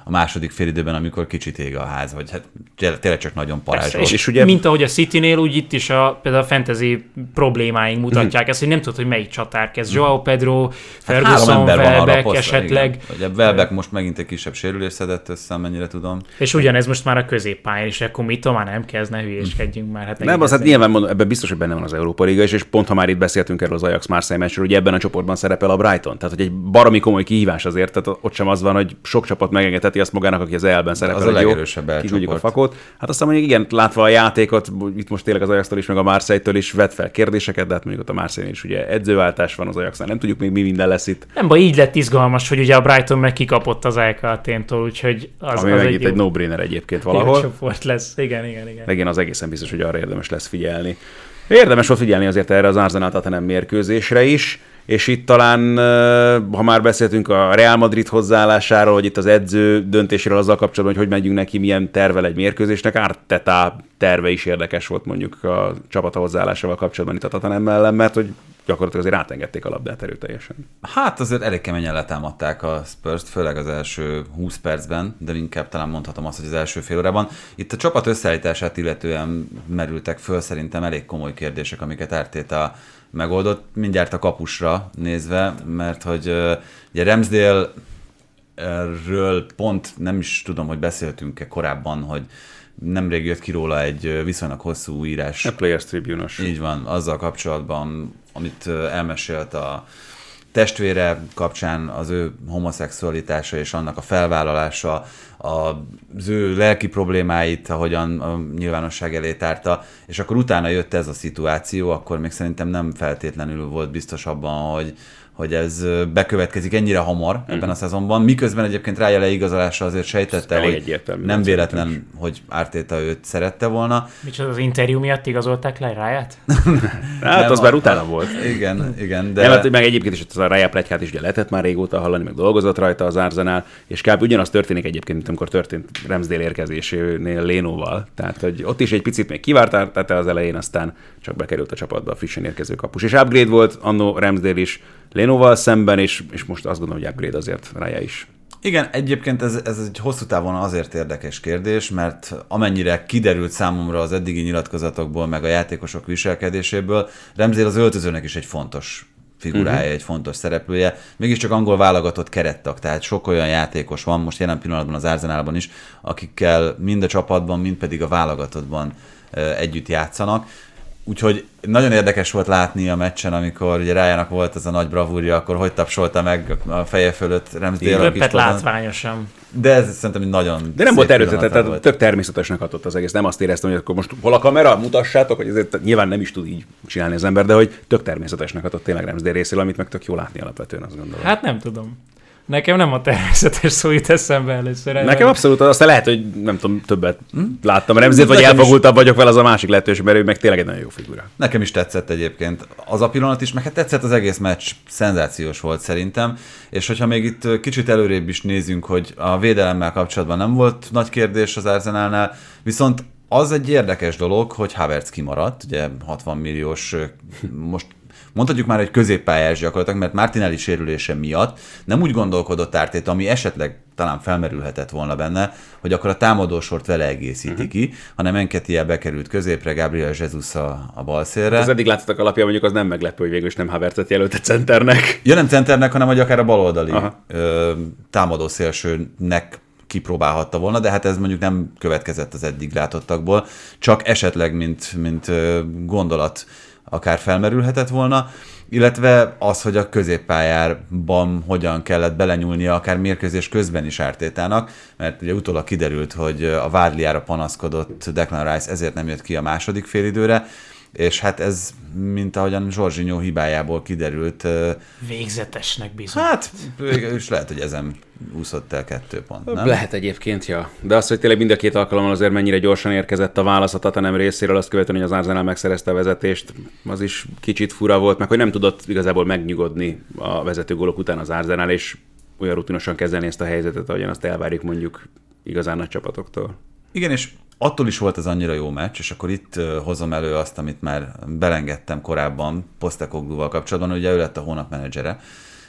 a második félidőben, amikor kicsit ég a ház, vagy hát tényleg csak nagyon parázsol. És, és ugye... mint ahogy a Citynél, úgy itt is a, például a fantasy problémáink mutatják mm. ezt, hogy nem tudod, hogy melyik csatár kezd. Joao Pedro, Ferguson, hát Welbeck esetleg. Ugye Welbeck most megint egy kisebb sérülés szedett össze, mennyire tudom. És ugyanez most már a középpályán is, akkor mit már nem kezd, ne hülyéskedjünk már. Hát nem, az hát nyilván mondom, ebben biztos, hogy benne van az Európa Liga is, és pont ha már itt beszéltünk erről az Ajax Marseille meccsről, hogy ebben a csoportban szerepel a Brighton. Tehát, hogy egy baromi komoly kihívás azért, tehát ott sem az van, hogy sok csapat megengedheti azt magának, aki az é el-ben szerepel. Az a legerősebb elcsoport. A fakot. Hát aztán mondjuk igen, látva a játékot, itt most tényleg az Ajax-tól is, meg a Marseille-től is vet fel kérdéseket, de hát mondjuk ott a Marseille-nél is ugye edzőváltás van, az Ajax-nál nem tudjuk még mi minden lesz itt. Nem baj, így lett izgalmas, hogy ugye a Brighton meg kikapott az á ká té-től, úgyhogy az, ami az egy, egy no-brainer egyébként valahol. Jó csoport lesz, igen, igen, igen. Meg én az egészen biztos, hogy arra érdemes lesz figyelni. Érdemes volt figyelni azért erre az Arsenal-Tottenham mérkőzésre is, és itt talán, ha már beszéltünk a Real Madrid hozzáállásáról, hogy itt az edző döntéséről azzal kapcsolatban, hogy hogy megyünk neki, milyen tervel egy mérkőzésnek, Arteta terve is érdekes volt mondjuk a csapata hozzáállásával kapcsolatban itt a Tottenham ellen, mert hogy gyakorlatilag azért átengedték a labdát erőteljesen. Hát azért elég keményen letámadták a Spurs-t, főleg az első húsz percben, de inkább talán mondhatom azt, hogy az első fél órában. Itt a csapat összeállítását illetően merültek föl szerintem elég komoly kérdések, amiket Arteta megoldott, mindjárt a kapusra nézve, mert hogy uh, ugye Ramsdale-ről pont nem is tudom, hogy beszéltünk-e korábban, hogy nemrég jött ki róla egy viszonylag hosszú írás. A Players Tribune-os. Így van, azzal kapcsolatban, amit elmesélt a testvére kapcsán, az ő homoszexualitása és annak a felvállalása, az ő lelki problémáit, ahogyan a nyilvánosság elé tárta, és akkor utána jött ez a szituáció, akkor még szerintem nem feltétlenül volt biztos abban, hogy, hogy ez bekövetkezik ennyire hamar mm-hmm. ebben a szezonban, miközben egyébként Raya leigazolása azért sejtette, hogy nem véletlen, hogy Arteta őt szerette volna. Micsoda, az interjú miatt igazolták le Rayát? Hát az már utána volt. Igen, igen. De... Nem, hát, meg egyébként is az a Raya pletykát is ugye lehetett már régóta hallani, meg dolgozott rajta az Arsenal, és kb. Ugyanaz történik egyébként, mint amikor történt Ramsdale érkezésénél Lénóval. Tehát, hogy ott is egy picit még kivárt Arteta az elején, aztán csak bekerült a csapatba a frissen érkező kapus. És upgrade volt annó Ramsdale is Lénóval szemben, és, és most azt gondolom, hogy upgrade azért Raya is. Igen, egyébként ez, ez egy hosszú távon azért érdekes kérdés, mert amennyire kiderült számomra az eddigi nyilatkozatokból, meg a játékosok viselkedéséből, Ramsdale az öltözőnek is egy fontos figurája, uh-huh. egy fontos szereplője. Mégiscsak angol válogatott kerettag, tehát sok olyan játékos van most jelen pillanatban az Arsenalban is, akikkel mind a csapatban, mind pedig a válogatottban együtt játszanak. Úgyhogy nagyon érdekes volt látni a meccsen, amikor ugye Rájának volt ez a nagy bravúrja, akkor hogy tapsolta meg a feje fölött Ramsdale a kis látványosan. De ez szerintem nagyon De nem volt erőtetett, tehát tök természetesnek hatott az egész. Nem azt éreztem, hogy akkor most hol a kamera, mutassátok, hogy ezért nyilván nem is tud így csinálni az ember, de hogy tök természetesnek hatott tényleg Ramsdale részéről, amit meg tök jó látni alapvetően, azt gondolom. Hát nem tudom. Nekem nem a természetes szó jut eszembe először. Nekem abszolút, aztán lehet, hogy nem tudom, többet hm? láttam Ramsdale, vagy elfogultabb vagyok vele, az a másik lehetőség, mert ő meg tényleg egy nagyon jó figura. Nekem is tetszett egyébként az a pillanat is, meg hát tetszett az egész meccs, szenzációs volt szerintem, és hogyha még itt kicsit előrébb is nézünk, hogy a védelemmel kapcsolatban nem volt nagy kérdés az Arsenalnál, viszont az egy érdekes dolog, hogy Havertz kimaradt, ugye hatvan milliós, most mondhatjuk már, hogy középpályás gyakorlatilag, mert Martinelli sérülése miatt nem úgy gondolkodott Arteta, ami esetleg talán felmerülhetett volna benne, hogy akkor a támadósort vele egészíti uh-huh. ki, hanem Nketiah bekerült középre, Gabriel Jesus a, a balszélre. Az eddig láthatók alapján mondjuk az nem meglepő, hogy végül is nem Havertzet jelölte centernek. Ja, nem centernek, hanem hogy akár a baloldali ö, támadószélsőnek kipróbálhatta volna, de hát ez mondjuk nem következett az eddig látottakból, csak esetleg, mint, mint gondolat akár felmerülhetett volna, illetve az, hogy a középpályárban hogyan kellett belenyúlnia akár mérkőzés közben is Artetának, mert ugye utólag kiderült, hogy a Vádliára panaszkodott Declan Rice, ezért nem jött ki a második félidőre, és hát ez, mint ahogyan Jorginho hibájából kiderült. Végzetesnek bizony. Hát, és lehet, hogy ezen úszott el kettő pont, nem? Lehet egyébként, ja. De az, hogy tényleg mind a két alkalommal azért mennyire gyorsan érkezett a válasz a Tottenham részéről, azt követően, hogy az Arsenal megszerezte a vezetést, az is kicsit fura volt, meg hogy nem tudott igazából megnyugodni a vezető gólok után az Arsenal, és olyan rutinosan kezelni ezt a helyzetet, ahogyan azt elvárjuk mondjuk igazán nagy csapatoktól. Igen, és attól is volt ez annyira jó meccs, és akkor itt uh, hozom elő azt, amit már belengedtem korábban Postecoglúval kapcsolatban, ugye ő lett a hónap menedzsere,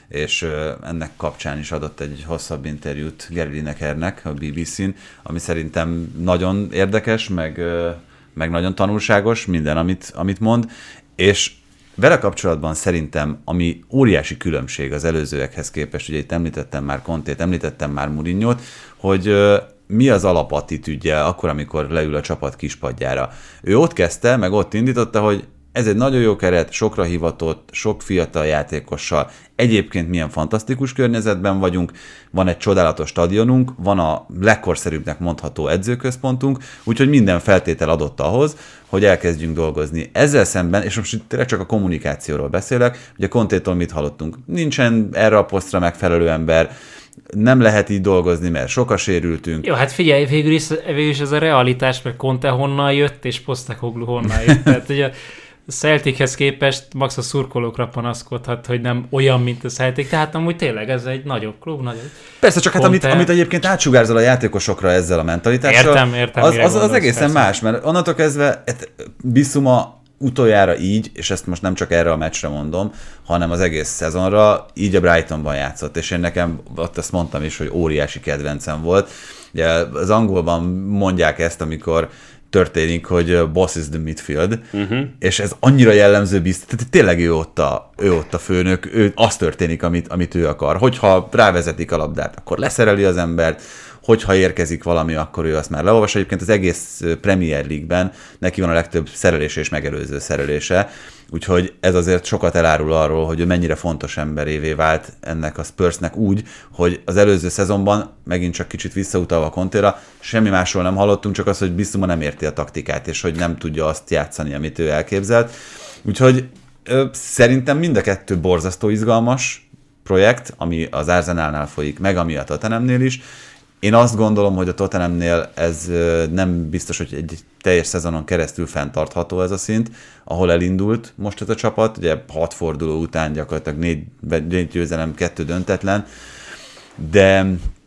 és ennek kapcsán is adott egy hosszabb interjút Gary Linekernek a bé bé cén, ami szerintem nagyon érdekes, meg, meg nagyon tanulságos minden, amit, amit mond, és vele kapcsolatban szerintem, ami óriási különbség az előzőekhez képest, ugye itt említettem már Contét, említettem már Mourinhót, hogy mi az alapattitűdje akkor, amikor leül a csapat kispadjára. Ő ott kezdte, meg ott indította, hogy ez egy nagyon jó keret, sokra hivatott, sok fiatal játékossal. Egyébként milyen fantasztikus környezetben vagyunk, van egy csodálatos stadionunk, van a legkorszerűbbnek mondható edzőközpontunk, úgyhogy minden feltétel adott ahhoz, hogy elkezdjünk dolgozni. Ezzel szemben, és most tényleg csak a kommunikációról beszélek, ugye Contétól mit hallottunk? Nincsen erre a posztra megfelelő ember, nem lehet így dolgozni, mert sokan sérültünk. Jó, hát figyelj, végül is, végül is ez a realitás, mert Conte honnan jött, és Postecoglou honnan jött. Tehát ugye a Celtichez képest max a szurkolókra panaszkodhat, hogy nem olyan, mint a Celtic, tehát amúgy tényleg ez egy nagyobb klub, nagyobb. Persze, csak Conte... hát amit, amit egyébként átsugárzol a játékosokra ezzel a mentalitással, értem, értem, az, az, az egészen persze. más, mert onnantól kezdve Bissouma utoljára így, és ezt most nem csak erre a meccsre mondom, hanem az egész szezonra, így a Brightonban játszott, és én nekem ott ezt mondtam is, hogy óriási kedvencem volt. Ugye az angolban mondják ezt, amikor történik, hogy boss is the midfield, uh-huh. és ez annyira jellemző biztos, tehát tényleg ő ott a, ő ott a főnök, ő, az történik, amit, amit ő akar. Hogyha rávezetik a labdát, akkor leszereli az embert, hogyha érkezik valami, akkor ő azt már leolvas. Egyébként az egész Premier League-ben neki van a legtöbb szerelése és megelőző szerelése, úgyhogy ez azért sokat elárul arról, hogy ő mennyire fontos emberévé vált ennek a Spursnek úgy, hogy az előző szezonban, megint csak kicsit visszautalva a Contéra, semmi másról nem hallottunk, csak az, hogy Bissouma nem érti a taktikát, és hogy nem tudja azt játszani, amit ő elképzelt. Úgyhogy ö, szerintem mind a kettő borzasztó izgalmas projekt, ami az Arsenalnál folyik, meg ami a Tottenhamnél is. Én azt gondolom, hogy a Tottenhamnél ez nem biztos, hogy egy teljes szezonon keresztül fenntartható ez a szint, ahol elindult most ez a csapat, ugye hat forduló után gyakorlatilag négy, négy győzelem, kettő döntetlen, de,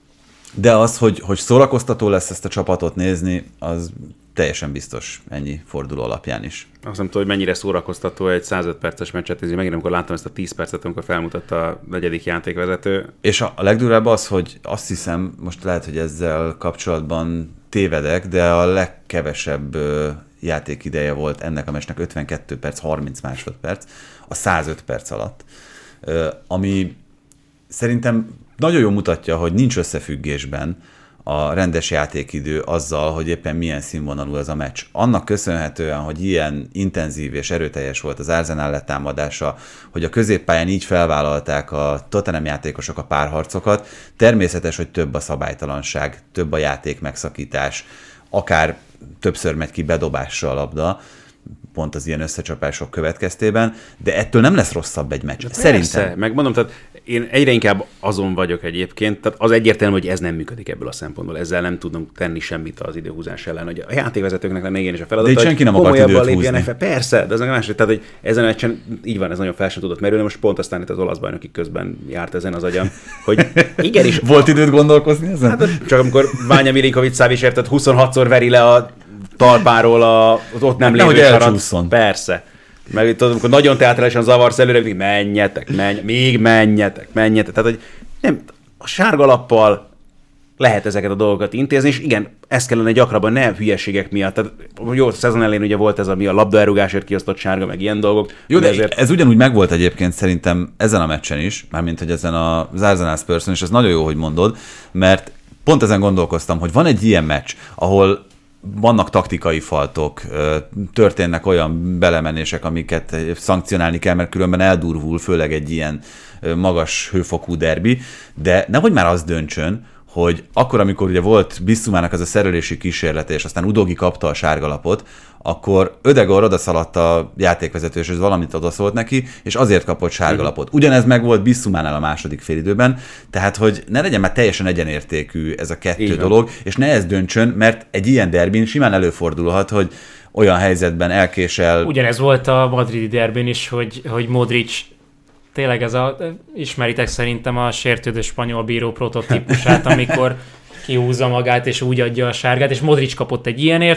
de az, hogy, hogy szórakoztató lesz ezt a csapatot nézni, az teljesen biztos ennyi forduló alapján is. Azt nem tudom, hogy mennyire szórakoztató egy százöt perces meccset nézni, megint amikor láttam ezt a tíz percet, amikor felmutatta a negyedik játékvezető. És a, a legdurvább az, hogy azt hiszem, most lehet, hogy ezzel kapcsolatban tévedek, de a legkevesebb ö, játékideje volt ennek a meccsnek ötvenkettő perc, harminc másodperc, a százöt perc alatt, ö, ami szerintem nagyon jól mutatja, hogy nincs összefüggésben a rendes játékidő azzal, hogy éppen milyen színvonalú ez a meccs. Annak köszönhetően, hogy ilyen intenzív és erőteljes volt az Arsenal letámadása, hogy a középpályán így felvállalták a Tottenham játékosok a párharcokat, természetes, hogy több a szabálytalanság, több a játék megszakítás, akár többször megy ki bedobással a labda, pont az ilyen összecsapások következtében, de ettől nem lesz rosszabb egy meccs. Szerintem. Megmondom, tehát én egyre inkább azon vagyok egyébként, tehát az egyértelmű, hogy ez nem működik ebből a szempontból, ezzel nem tudunk tenni semmit az időhúzás ellen, hogy a játékvezetőknek lenne igenis a feladat, de senki nem akart időt húzni. Fel. Persze, de az a másik, tehát hogy ezen a meccsen így van, ez nagyon fel sem tudott merülni, most pont aztán itt az olasz bajnoki közben járt ezen az agyam, hogy igenis. Volt időt gondolkozni ezen? Hát csak amikor Vanya Milinković-Savić érted, huszonhatszor veri le a talpáról a, az ott nem lévő sarat. Persze. Meg tudom, amikor nagyon teátrálisan zavarsz előre, még menjetek, menj, még menjetek, menjetek. Tehát, hogy nem, a sárga lappal lehet ezeket a dolgokat intézni, és igen, ez kellene gyakrabban, ne hülyeségek miatt. Tehát jó, a szezon elején ugye volt ez, ami a labdaelrugásért kiosztott sárga, meg ilyen dolgok. Jó, de ezért... ez ugyanúgy megvolt egyébként szerintem ezen a meccsen is, mármint, hogy ezen az Arsenal Spurson, és ez nagyon jó, hogy mondod, mert pont ezen gondolkoztam, hogy van egy ilyen meccs, ahol vannak taktikai faltok, történnek olyan belemenések, amiket szankcionálni kell, mert különben eldurvul, főleg egy ilyen magas hőfokú derbi, de nehogy már az döntsön, hogy akkor, amikor ugye volt Bissoumának az a szerelési kísérlete, és aztán Udogi kapta a sárgalapot, akkor Ödegaard odaszaladt a játékvezető, és ez valamit odaszólt neki, és azért kapott sárgalapot. Ugyanez meg volt Bissoumánál a második félidőben, tehát hogy ne legyen már teljesen egyenértékű ez a kettő Igen. dolog, és ne ez döntsön, mert egy ilyen derbin simán előfordulhat, hogy olyan helyzetben elkésel. Ugyanez volt a madridi derbin is, hogy, hogy Modric tényleg ez a, ismeritek szerintem a sértődő spanyol bíró prototípusát, amikor kihúzza magát, és úgy adja a sárgát, és Modric kapott egy ilyenért,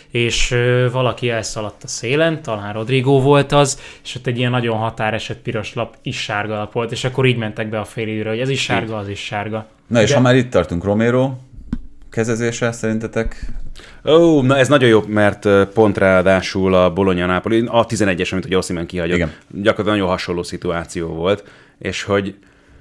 és valaki elszaladt a szélen, talán Rodrigo volt az, és ott egy ilyen nagyon határeset piros lap is sárga lap volt, és akkor így mentek be a félidőre, hogy ez is sárga, az is sárga. Na és De... ha már itt tartunk, Romero kezezése szerintetek? Ó, oh, na ez nagyon jó, mert pont ráadásul a Bologna-Napoli, a tizenegyes, amit ugye Osimhen kihagyott, igen. Gyakorlatilag nagyon hasonló szituáció volt, és hogy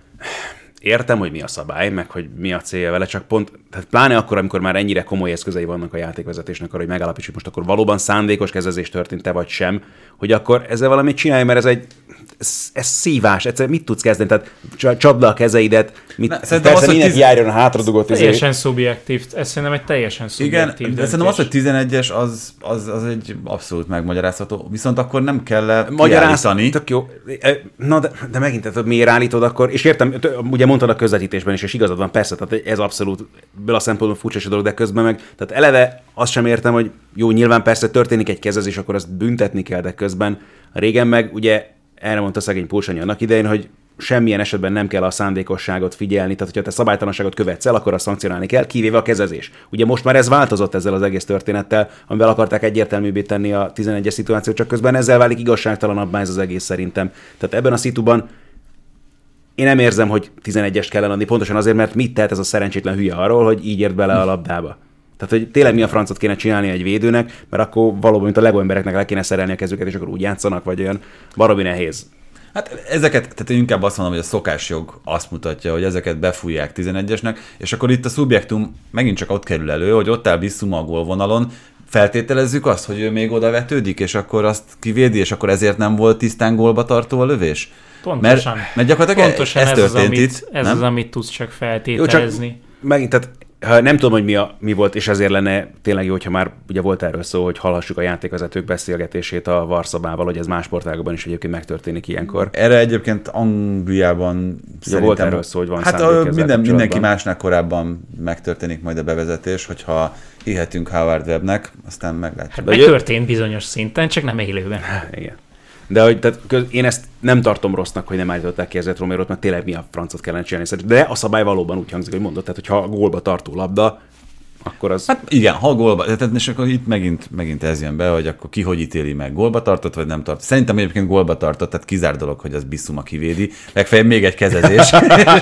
értem, hogy mi a szabály, meg hogy mi a célja vele, csak pont, tehát pláne akkor, amikor már ennyire komoly eszközei vannak a játékvezetésnek arra, hogy megállapítsuk most akkor valóban szándékos kezezés történt-e vagy sem, hogy akkor ezzel valamit csinálj, mert ez egy ez, ez szívás, egyszerűen mit tudsz kezdeni, tehát csapd le a kezeidet, mit, Na, persze mindenki tiz... járjon a hátradugott. Teljesen szubjektív, ez szerintem egy teljesen szubjektív. Igen, de szerintem az, hogy tizenegyes, az, az, az egy abszolút megmagyarázható, viszont akkor nem kell kiállítani. Tök jó. Na, de, de megint, tehát miért állítod akkor, és értem, ugye mondtad a közvetítésben is, és igazad van, persze, tehát ez abszolút a szempontból furcsa dolog, de közben meg, tehát eleve azt sem értem, hogy jó, nyilván persze történik egy kezezés, akkor azt büntetni kell, de közben régen meg ugye erre mondta szegény Pulsanyi annak idején, hogy semmilyen esetben nem kell a szándékosságot figyelni, tehát hogyha te szabálytalanságot követsz el, akkor azt szankcionálni kell, kivéve a kezezés. Ugye most már ez változott ezzel az egész történettel, amivel akarták egyértelműbbé tenni a tizenegyes szituációt, csak közben ezzel válik igazságtalanabbá ez az egész szerintem. Tehát ebben a szituban én nem érzem, hogy tizenegyest kellene adni, pontosan azért, mert mit tehet ez a szerencsétlen hülye arról, hogy így ért bele a labdába. Tehát, hogy tényleg mi a francot kéne csinálni egy védőnek, mert akkor valóban, mint a Lego embereknek le kéne szerelni a kezüket, és akkor úgy játszanak, vagy olyan baromi nehéz. Hát ezeket, tehát én inkább azt mondom, hogy a szokásjog azt mutatja, hogy ezeket befújják tizenegyesnek, és akkor itt a szubjektum megint csak ott kerül elő, hogy ott áll Bissouma a gólvonalon, feltételezzük azt, hogy ő még oda vetődik, és akkor azt kivédi, és akkor ezért nem volt tisztán gólba tartó a lövés? Pontosan. Mert, mert gyakorlatilag Pontosan ez, ez történt az, amit, itt. Ez nem? az, amit tudsz csak feltételezni. Jó, csak megint, tehát ha nem tudom, hogy mi, a, mi volt, és ezért lenne tényleg jó, hogyha már ugye volt erről szó, hogy hallhassuk a játékvezetők beszélgetését a VAR-szabával, hogy ez más sportágokban is egyébként megtörténik ilyenkor. Erre egyébként Angliában ugye volt erről szó, hogy van hát a, minden, mindenki másnál korábban megtörténik majd a bevezetés, hogyha hihetünk Howard Webbnek, aztán meglátjuk. Hát megtörtént bizonyos szinten, csak nem élőben. Igen. De hogy, tehát, én ezt nem tartom rossznak, hogy nem állították ki ezért Romérót, mert tényleg mi a francot kellene csinálni. De a szabály valóban úgy hangzik, hogy mondod, tehát hogyha a gólba tartó labda, akkor az... Hát igen, ha gólba, tehát, és akkor itt megint, megint ez jön be, hogy akkor ki hogy ítéli meg, gólba tartott, vagy nem tartott. Szerintem egyébként gólba tartott, tehát kizár dolog, hogy az Bissouma kivédi. Legfeljebb még egy kezezés.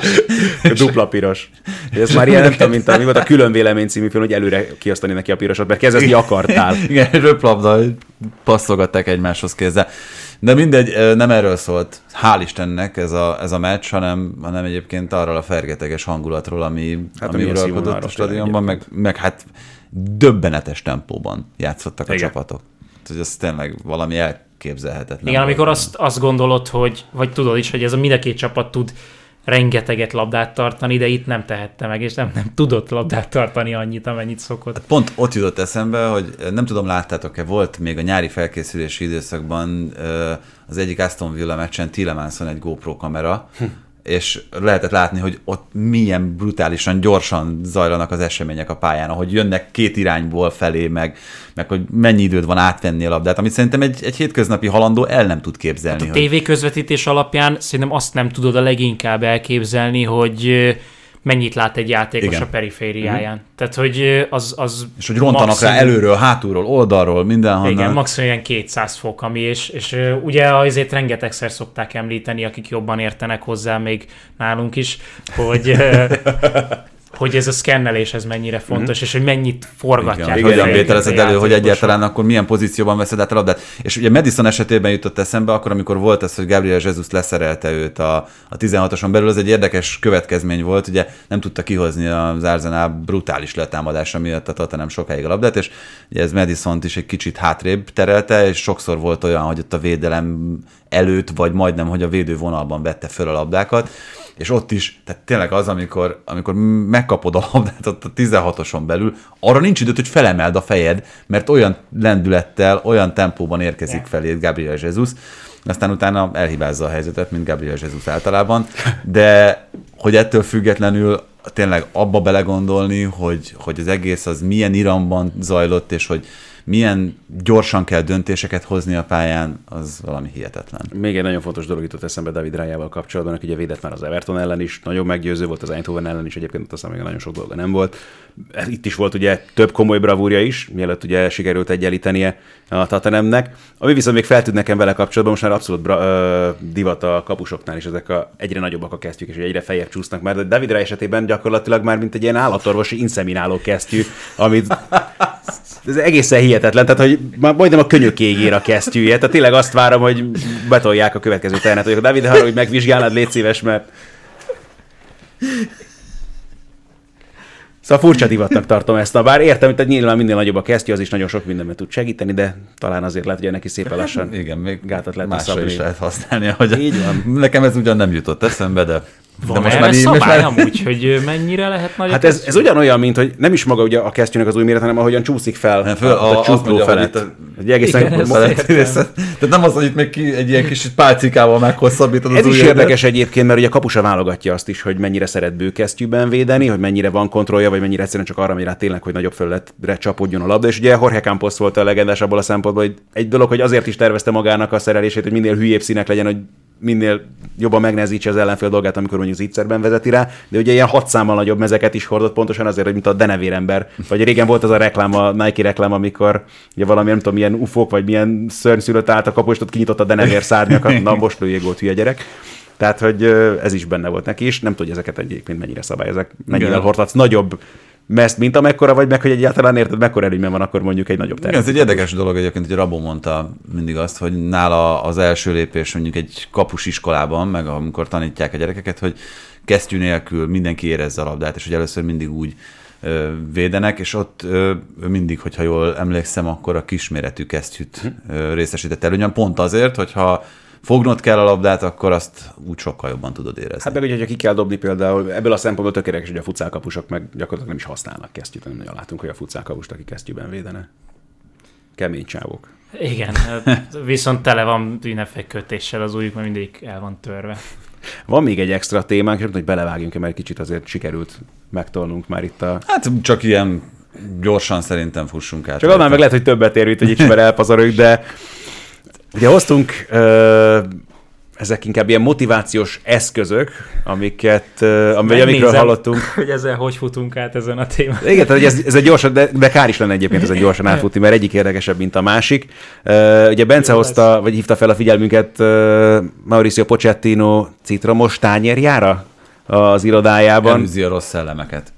Dupla piros. Ez már ilyen, nem tudom, mint a, mi volt a Külön vélemény című film, hogy előre kiosztani neki a pirosat, mert kezezni akartál. Igen, röplabda, passzolgatták egymáshoz kézzel. De mindegy, nem erről szólt, hál' Istennek ez a, ez a meccs, hanem, hanem egyébként arról a fergeteges hangulatról, ami, hát ami uralkodott a stadionban, meg, meg hát döbbenetes tempóban játszottak a igen. csapatok. Tehát ez tényleg valami elképzelhetetlen. Igen, amikor azt, azt gondolod, hogy, vagy tudod is, hogy ez a mind a két csapat tud rengeteget labdát tartani, de itt nem tehette meg, és nem, nem tudott labdát tartani annyit, amennyit szokott. Pont ott jutott eszembe, hogy nem tudom, láttátok-e, volt még a nyári felkészülési időszakban az egyik Aston Villa meccsen Tielemannson egy GoPro kamera, hm. és lehetett látni, hogy ott milyen brutálisan, gyorsan zajlanak az események a pályán, ahogy jönnek két irányból felé, meg, meg hogy mennyi időd van átvenni a labdát, amit szerintem egy, egy hétköznapi halandó el nem tud képzelni. Hát a tévéközvetítés alapján szerintem azt nem tudod a leginkább elképzelni, hogy mennyit lát egy játékos igen. a perifériáján. Mm-hmm. Tehát, hogy az, az és hogy rontanak maximum... rá előről, hátulról, oldalról, mindenhonnan. Igen, maximum ilyen kétszáz fok, ami, és, és ugye azért rengetegszer szokták említeni, akik jobban értenek hozzá, még nálunk is, hogy... hogy ez a szkennelés ez mennyire fontos, mm-hmm. és hogy mennyit forgatják. Igen, hogyan vételezed elő, hogy egyáltalán akkor milyen pozícióban veszed át a labdát. És ugye Madison esetében jutott eszembe, akkor, amikor volt ez, hogy Gabriel Jesus leszerelte őt a, a tizenhatoson belül, az egy érdekes következmény volt, ugye nem tudta kihozni az Arsenal brutális letámadása miatt a Tottenham sokáig a labdát, és ugye ez Madisont is egy kicsit hátrébb terelte, és sokszor volt olyan, hogy ott a védelem előtt, vagy majdnem, hogy a védővonalban vette föl a labdákat, és ott is, tehát tényleg az, amikor, amikor megkapod a labdát ott a tizenhatoson belül, arra nincs időt, hogy felemeld a fejed, mert olyan lendülettel, olyan tempóban érkezik felé Gabriel Jesus, aztán utána elhibázza a helyzetet, mint Gabriel Jesus általában, de hogy ettől függetlenül tényleg abba belegondolni, hogy, hogy az egész az milyen iramban zajlott, és hogy milyen gyorsan kell döntéseket hozni a pályán, az valami hihetetlen. Még egy nagyon fontos dolog jutott eszembe David Rájával kapcsolatban, aki ugye védett már az Everton ellen is, nagyon meggyőző volt, az Eindhoven ellen is, egyébként aztán még nagyon sok dolga nem volt. Itt is volt ugye több komoly bravúrja is, mielőtt ugye sikerült egyenlítenie a Tottenhamnek. Ami viszont még feltűnt nekem vele kapcsolatban, most már abszolút bra- ö, divat a kapusoknál is, ezek a, egyre nagyobbak a kesztyűk, és egyre feljebb csúsznak már, de David Raya esetében gyakorlatilag már mint egy ilyen állatorvosi inszemináló kesztyű, amit ez egészen hihetetlen, tehát hogy már majdnem a könyökéig ér a kesztyűje, tehát tényleg azt várom, hogy betolják a következő ternet, hogy David, arra, hogy megvizsgálnád, légy szíves, mert szóval furcsa divatnak tartom ezt, na bár értem, hogy nyilván minél nagyobb a kesztyű, az is nagyon sok mindenben tud segíteni, de talán azért lehet, hogy neki szépen lassan igen, még gátat lehet másra szabni. is lehet használni, ahogy így van. Nekem ez ugyan nem jutott eszembe, de Van de most már így, szabály most már... amúgy, hogy mennyire lehet nagy. Hát ez, ez ugyanolyan, mint hogy nem is maga ugye a kesztyűnek az új méret, hanem ahogyan csúszik fel nem, föl, a, a, a csúkló felett. A... Egy egészen igen, tehát nem az, hogy itt még ki, egy ilyen kis pálcikával meghosszabbítod az ez új is érdekes egyébként, mert ugye a kapusa válogatja azt is, hogy mennyire szeret bőkesztyűben védeni, hogy mennyire van kontrollja, vagy mennyire egyszerűen csak arra megy rá tényleg, hogy nagyobb felületre csapódjon a labda. És ugye Jorge Campos volt a legendás abból a szempontból, hogy egy dolog, hogy azért is tervezte magának a szerelését, hogy minél hülyébb színek legyen, hogy minél jobban megnehezítse az ellenfél dolgát, amikor mondjuk zicserben vezeti rá, de ugye ilyen hat számmal nagyobb mezeket is hordott pontosan azért, hogy mint a denevér ember. Vagy régen volt az a reklám, a Nike reklám, amikor ugye valami, nem tudom, milyen ufók, vagy milyen szörnyszülött állt a kapust, ott kinyitott a denevér szárnyakat, na most lőjék volt, hülye gyerek. Tehát, hogy ez is benne volt neki is, nem tudja ezeket egyébként mennyire szabályozzák, mennyivel hordhatsz nagyobb mezt, mint amekkora vagy, meg hogy egyáltalán érted, mekkora előnyben van akkor mondjuk egy nagyobb terület. Ez egy érdekes dolog egyébként, hogy Rabó mondta mindig azt, hogy nála az első lépés mondjuk egy kapus iskolában, meg amikor tanítják a gyerekeket, hogy kesztyű nélkül mindenki érezze a labdát, és hogy először mindig úgy ö, védenek, és ott ö, mindig, hogyha jól emlékszem, akkor a kisméretű kesztyűt ö, részesített előnyön, pont azért, hogyha fognod kell a labdát, akkor azt úgy sokkal jobban tudod érezni. Hát meg ugye, hogyha ki kell dobni például, ebből a szempontból tökéletes, hogy a futszálkapusok meg gyakorlatilag nem is használnak kesztyűt, nem nagyon látunk, hogy a futszálkapust, aki kesztyűben védene. Kemény csávok. Igen, viszont tele van ünnepek kötéssel az ujjuk, mert mindig el van törve. Van még egy extra témánk, és hogy belevágjunk, mert kicsit azért sikerült megtolnunk már itt a... Hát csak ilyen gyorsan szerintem fussunk át. Csak annál meg lehet, hogy többet érült, hogy itt már elpazaroljuk, de ugye hoztunk, uh, ezek inkább ilyen motivációs eszközök, amiket, uh, amivel, amikről hallottunk. Hogy ezzel hogy futunk át ezen a témán. Igen, tehát ez, ez egy gyorsan, de, de kár is lenne egyébként ezen gyorsan átfutni, mert egyik érdekesebb, mint a másik. Uh, ugye Bence jó, hozta, lesz. vagy hívta fel a figyelmünket uh, Mauricio Pochettino citromos tányérjára az irodájában. Elűzi a rossz szellemeket.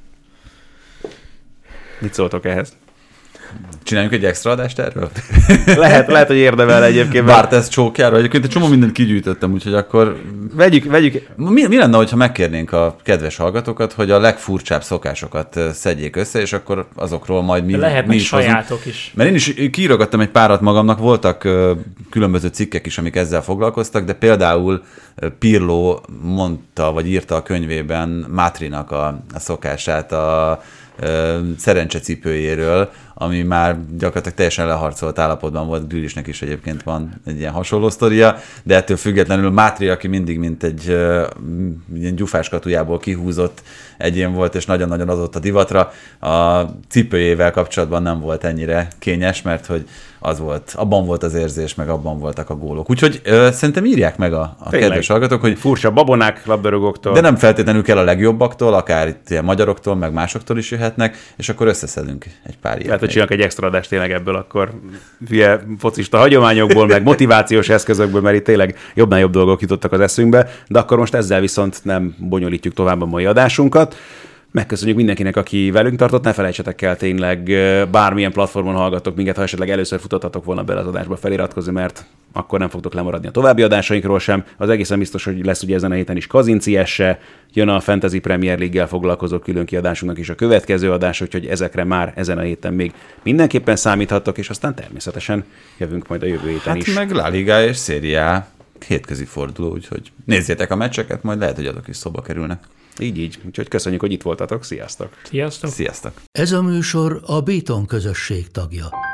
Mit szóltok ehhez? Csináljunk egy extra adást erről? lehet, lehet, hogy érdemel egyébként. Barthez csókjára. Egyébként egy csomó mindent kigyűjtöttem, úgyhogy akkor... Vegyük, vegyük. Mi, mi lenne, hogyha megkérnénk a kedves hallgatókat, hogy a legfurcsább szokásokat szedjék össze, és akkor azokról majd mi, lehetnek mi is sajátok hozunk. is. Mert én is kiírogattam egy párat magamnak, voltak uh, különböző cikkek is, amik ezzel foglalkoztak, de például uh, Pirlo mondta, vagy írta a könyvében Mátrinak a, a szokását a szerencsecipőjéről, ami már gyakorlatilag teljesen leharcolt állapotban volt, Grealishnek is egyébként van egy ilyen hasonló sztoria, de ettől függetlenül Mátri, aki mindig mint egy uh, ilyen gyufás katujából kihúzott egyén volt, és nagyon-nagyon adott a divatra, a cipőjével kapcsolatban nem volt ennyire kényes, mert hogy az volt, abban volt az érzés, meg abban voltak a gólok. Úgyhogy ö, szerintem írják meg a, a kedves hallgatók, hogy furcsa babonák, labdarúgóktól. De nem feltétlenül kell a legjobbaktól, akár itt ilyen magyaroktól, meg másoktól is jöhetnek, és akkor összeszedünk egy pár ilyet. Tehát, hogy csinálok egy extra adást tényleg ebből, akkor hülye focista hagyományokból, meg motivációs eszközökből, mert itt tényleg jobbnál jobb dolgok jutottak az eszünkbe, de akkor most ezzel viszont nem bonyolítjuk tovább a mai adásunkat. Megköszönjük mindenkinek, aki velünk tartott, ne felejtsetek el tényleg bármilyen platformon hallgatok minket, ha esetleg először futottatok volna bele az adásba feliratkozni, mert akkor nem fogtok lemaradni a további adásainkról sem. Az egészen biztos, hogy lesz ugye ezen a héten is Kazinci esse, jön a Fantasy Premier League-gel foglalkozó külön kiadásunknak is a következő adás, úgyhogy ezekre már ezen a héten még mindenképpen számíthattok, és aztán természetesen jövünk majd a jövő héten hát is. Meg La Liga és Serie A hétközi forduló, úgyhogy nézzétek a meccseket, majd lehet, hogy azok is szóba kerülnek. Így, így. Úgyhogy köszönjük, hogy itt voltatok. Sziasztok! Sziasztok! Sziasztok! Ez a műsor a Béton közösség tagja.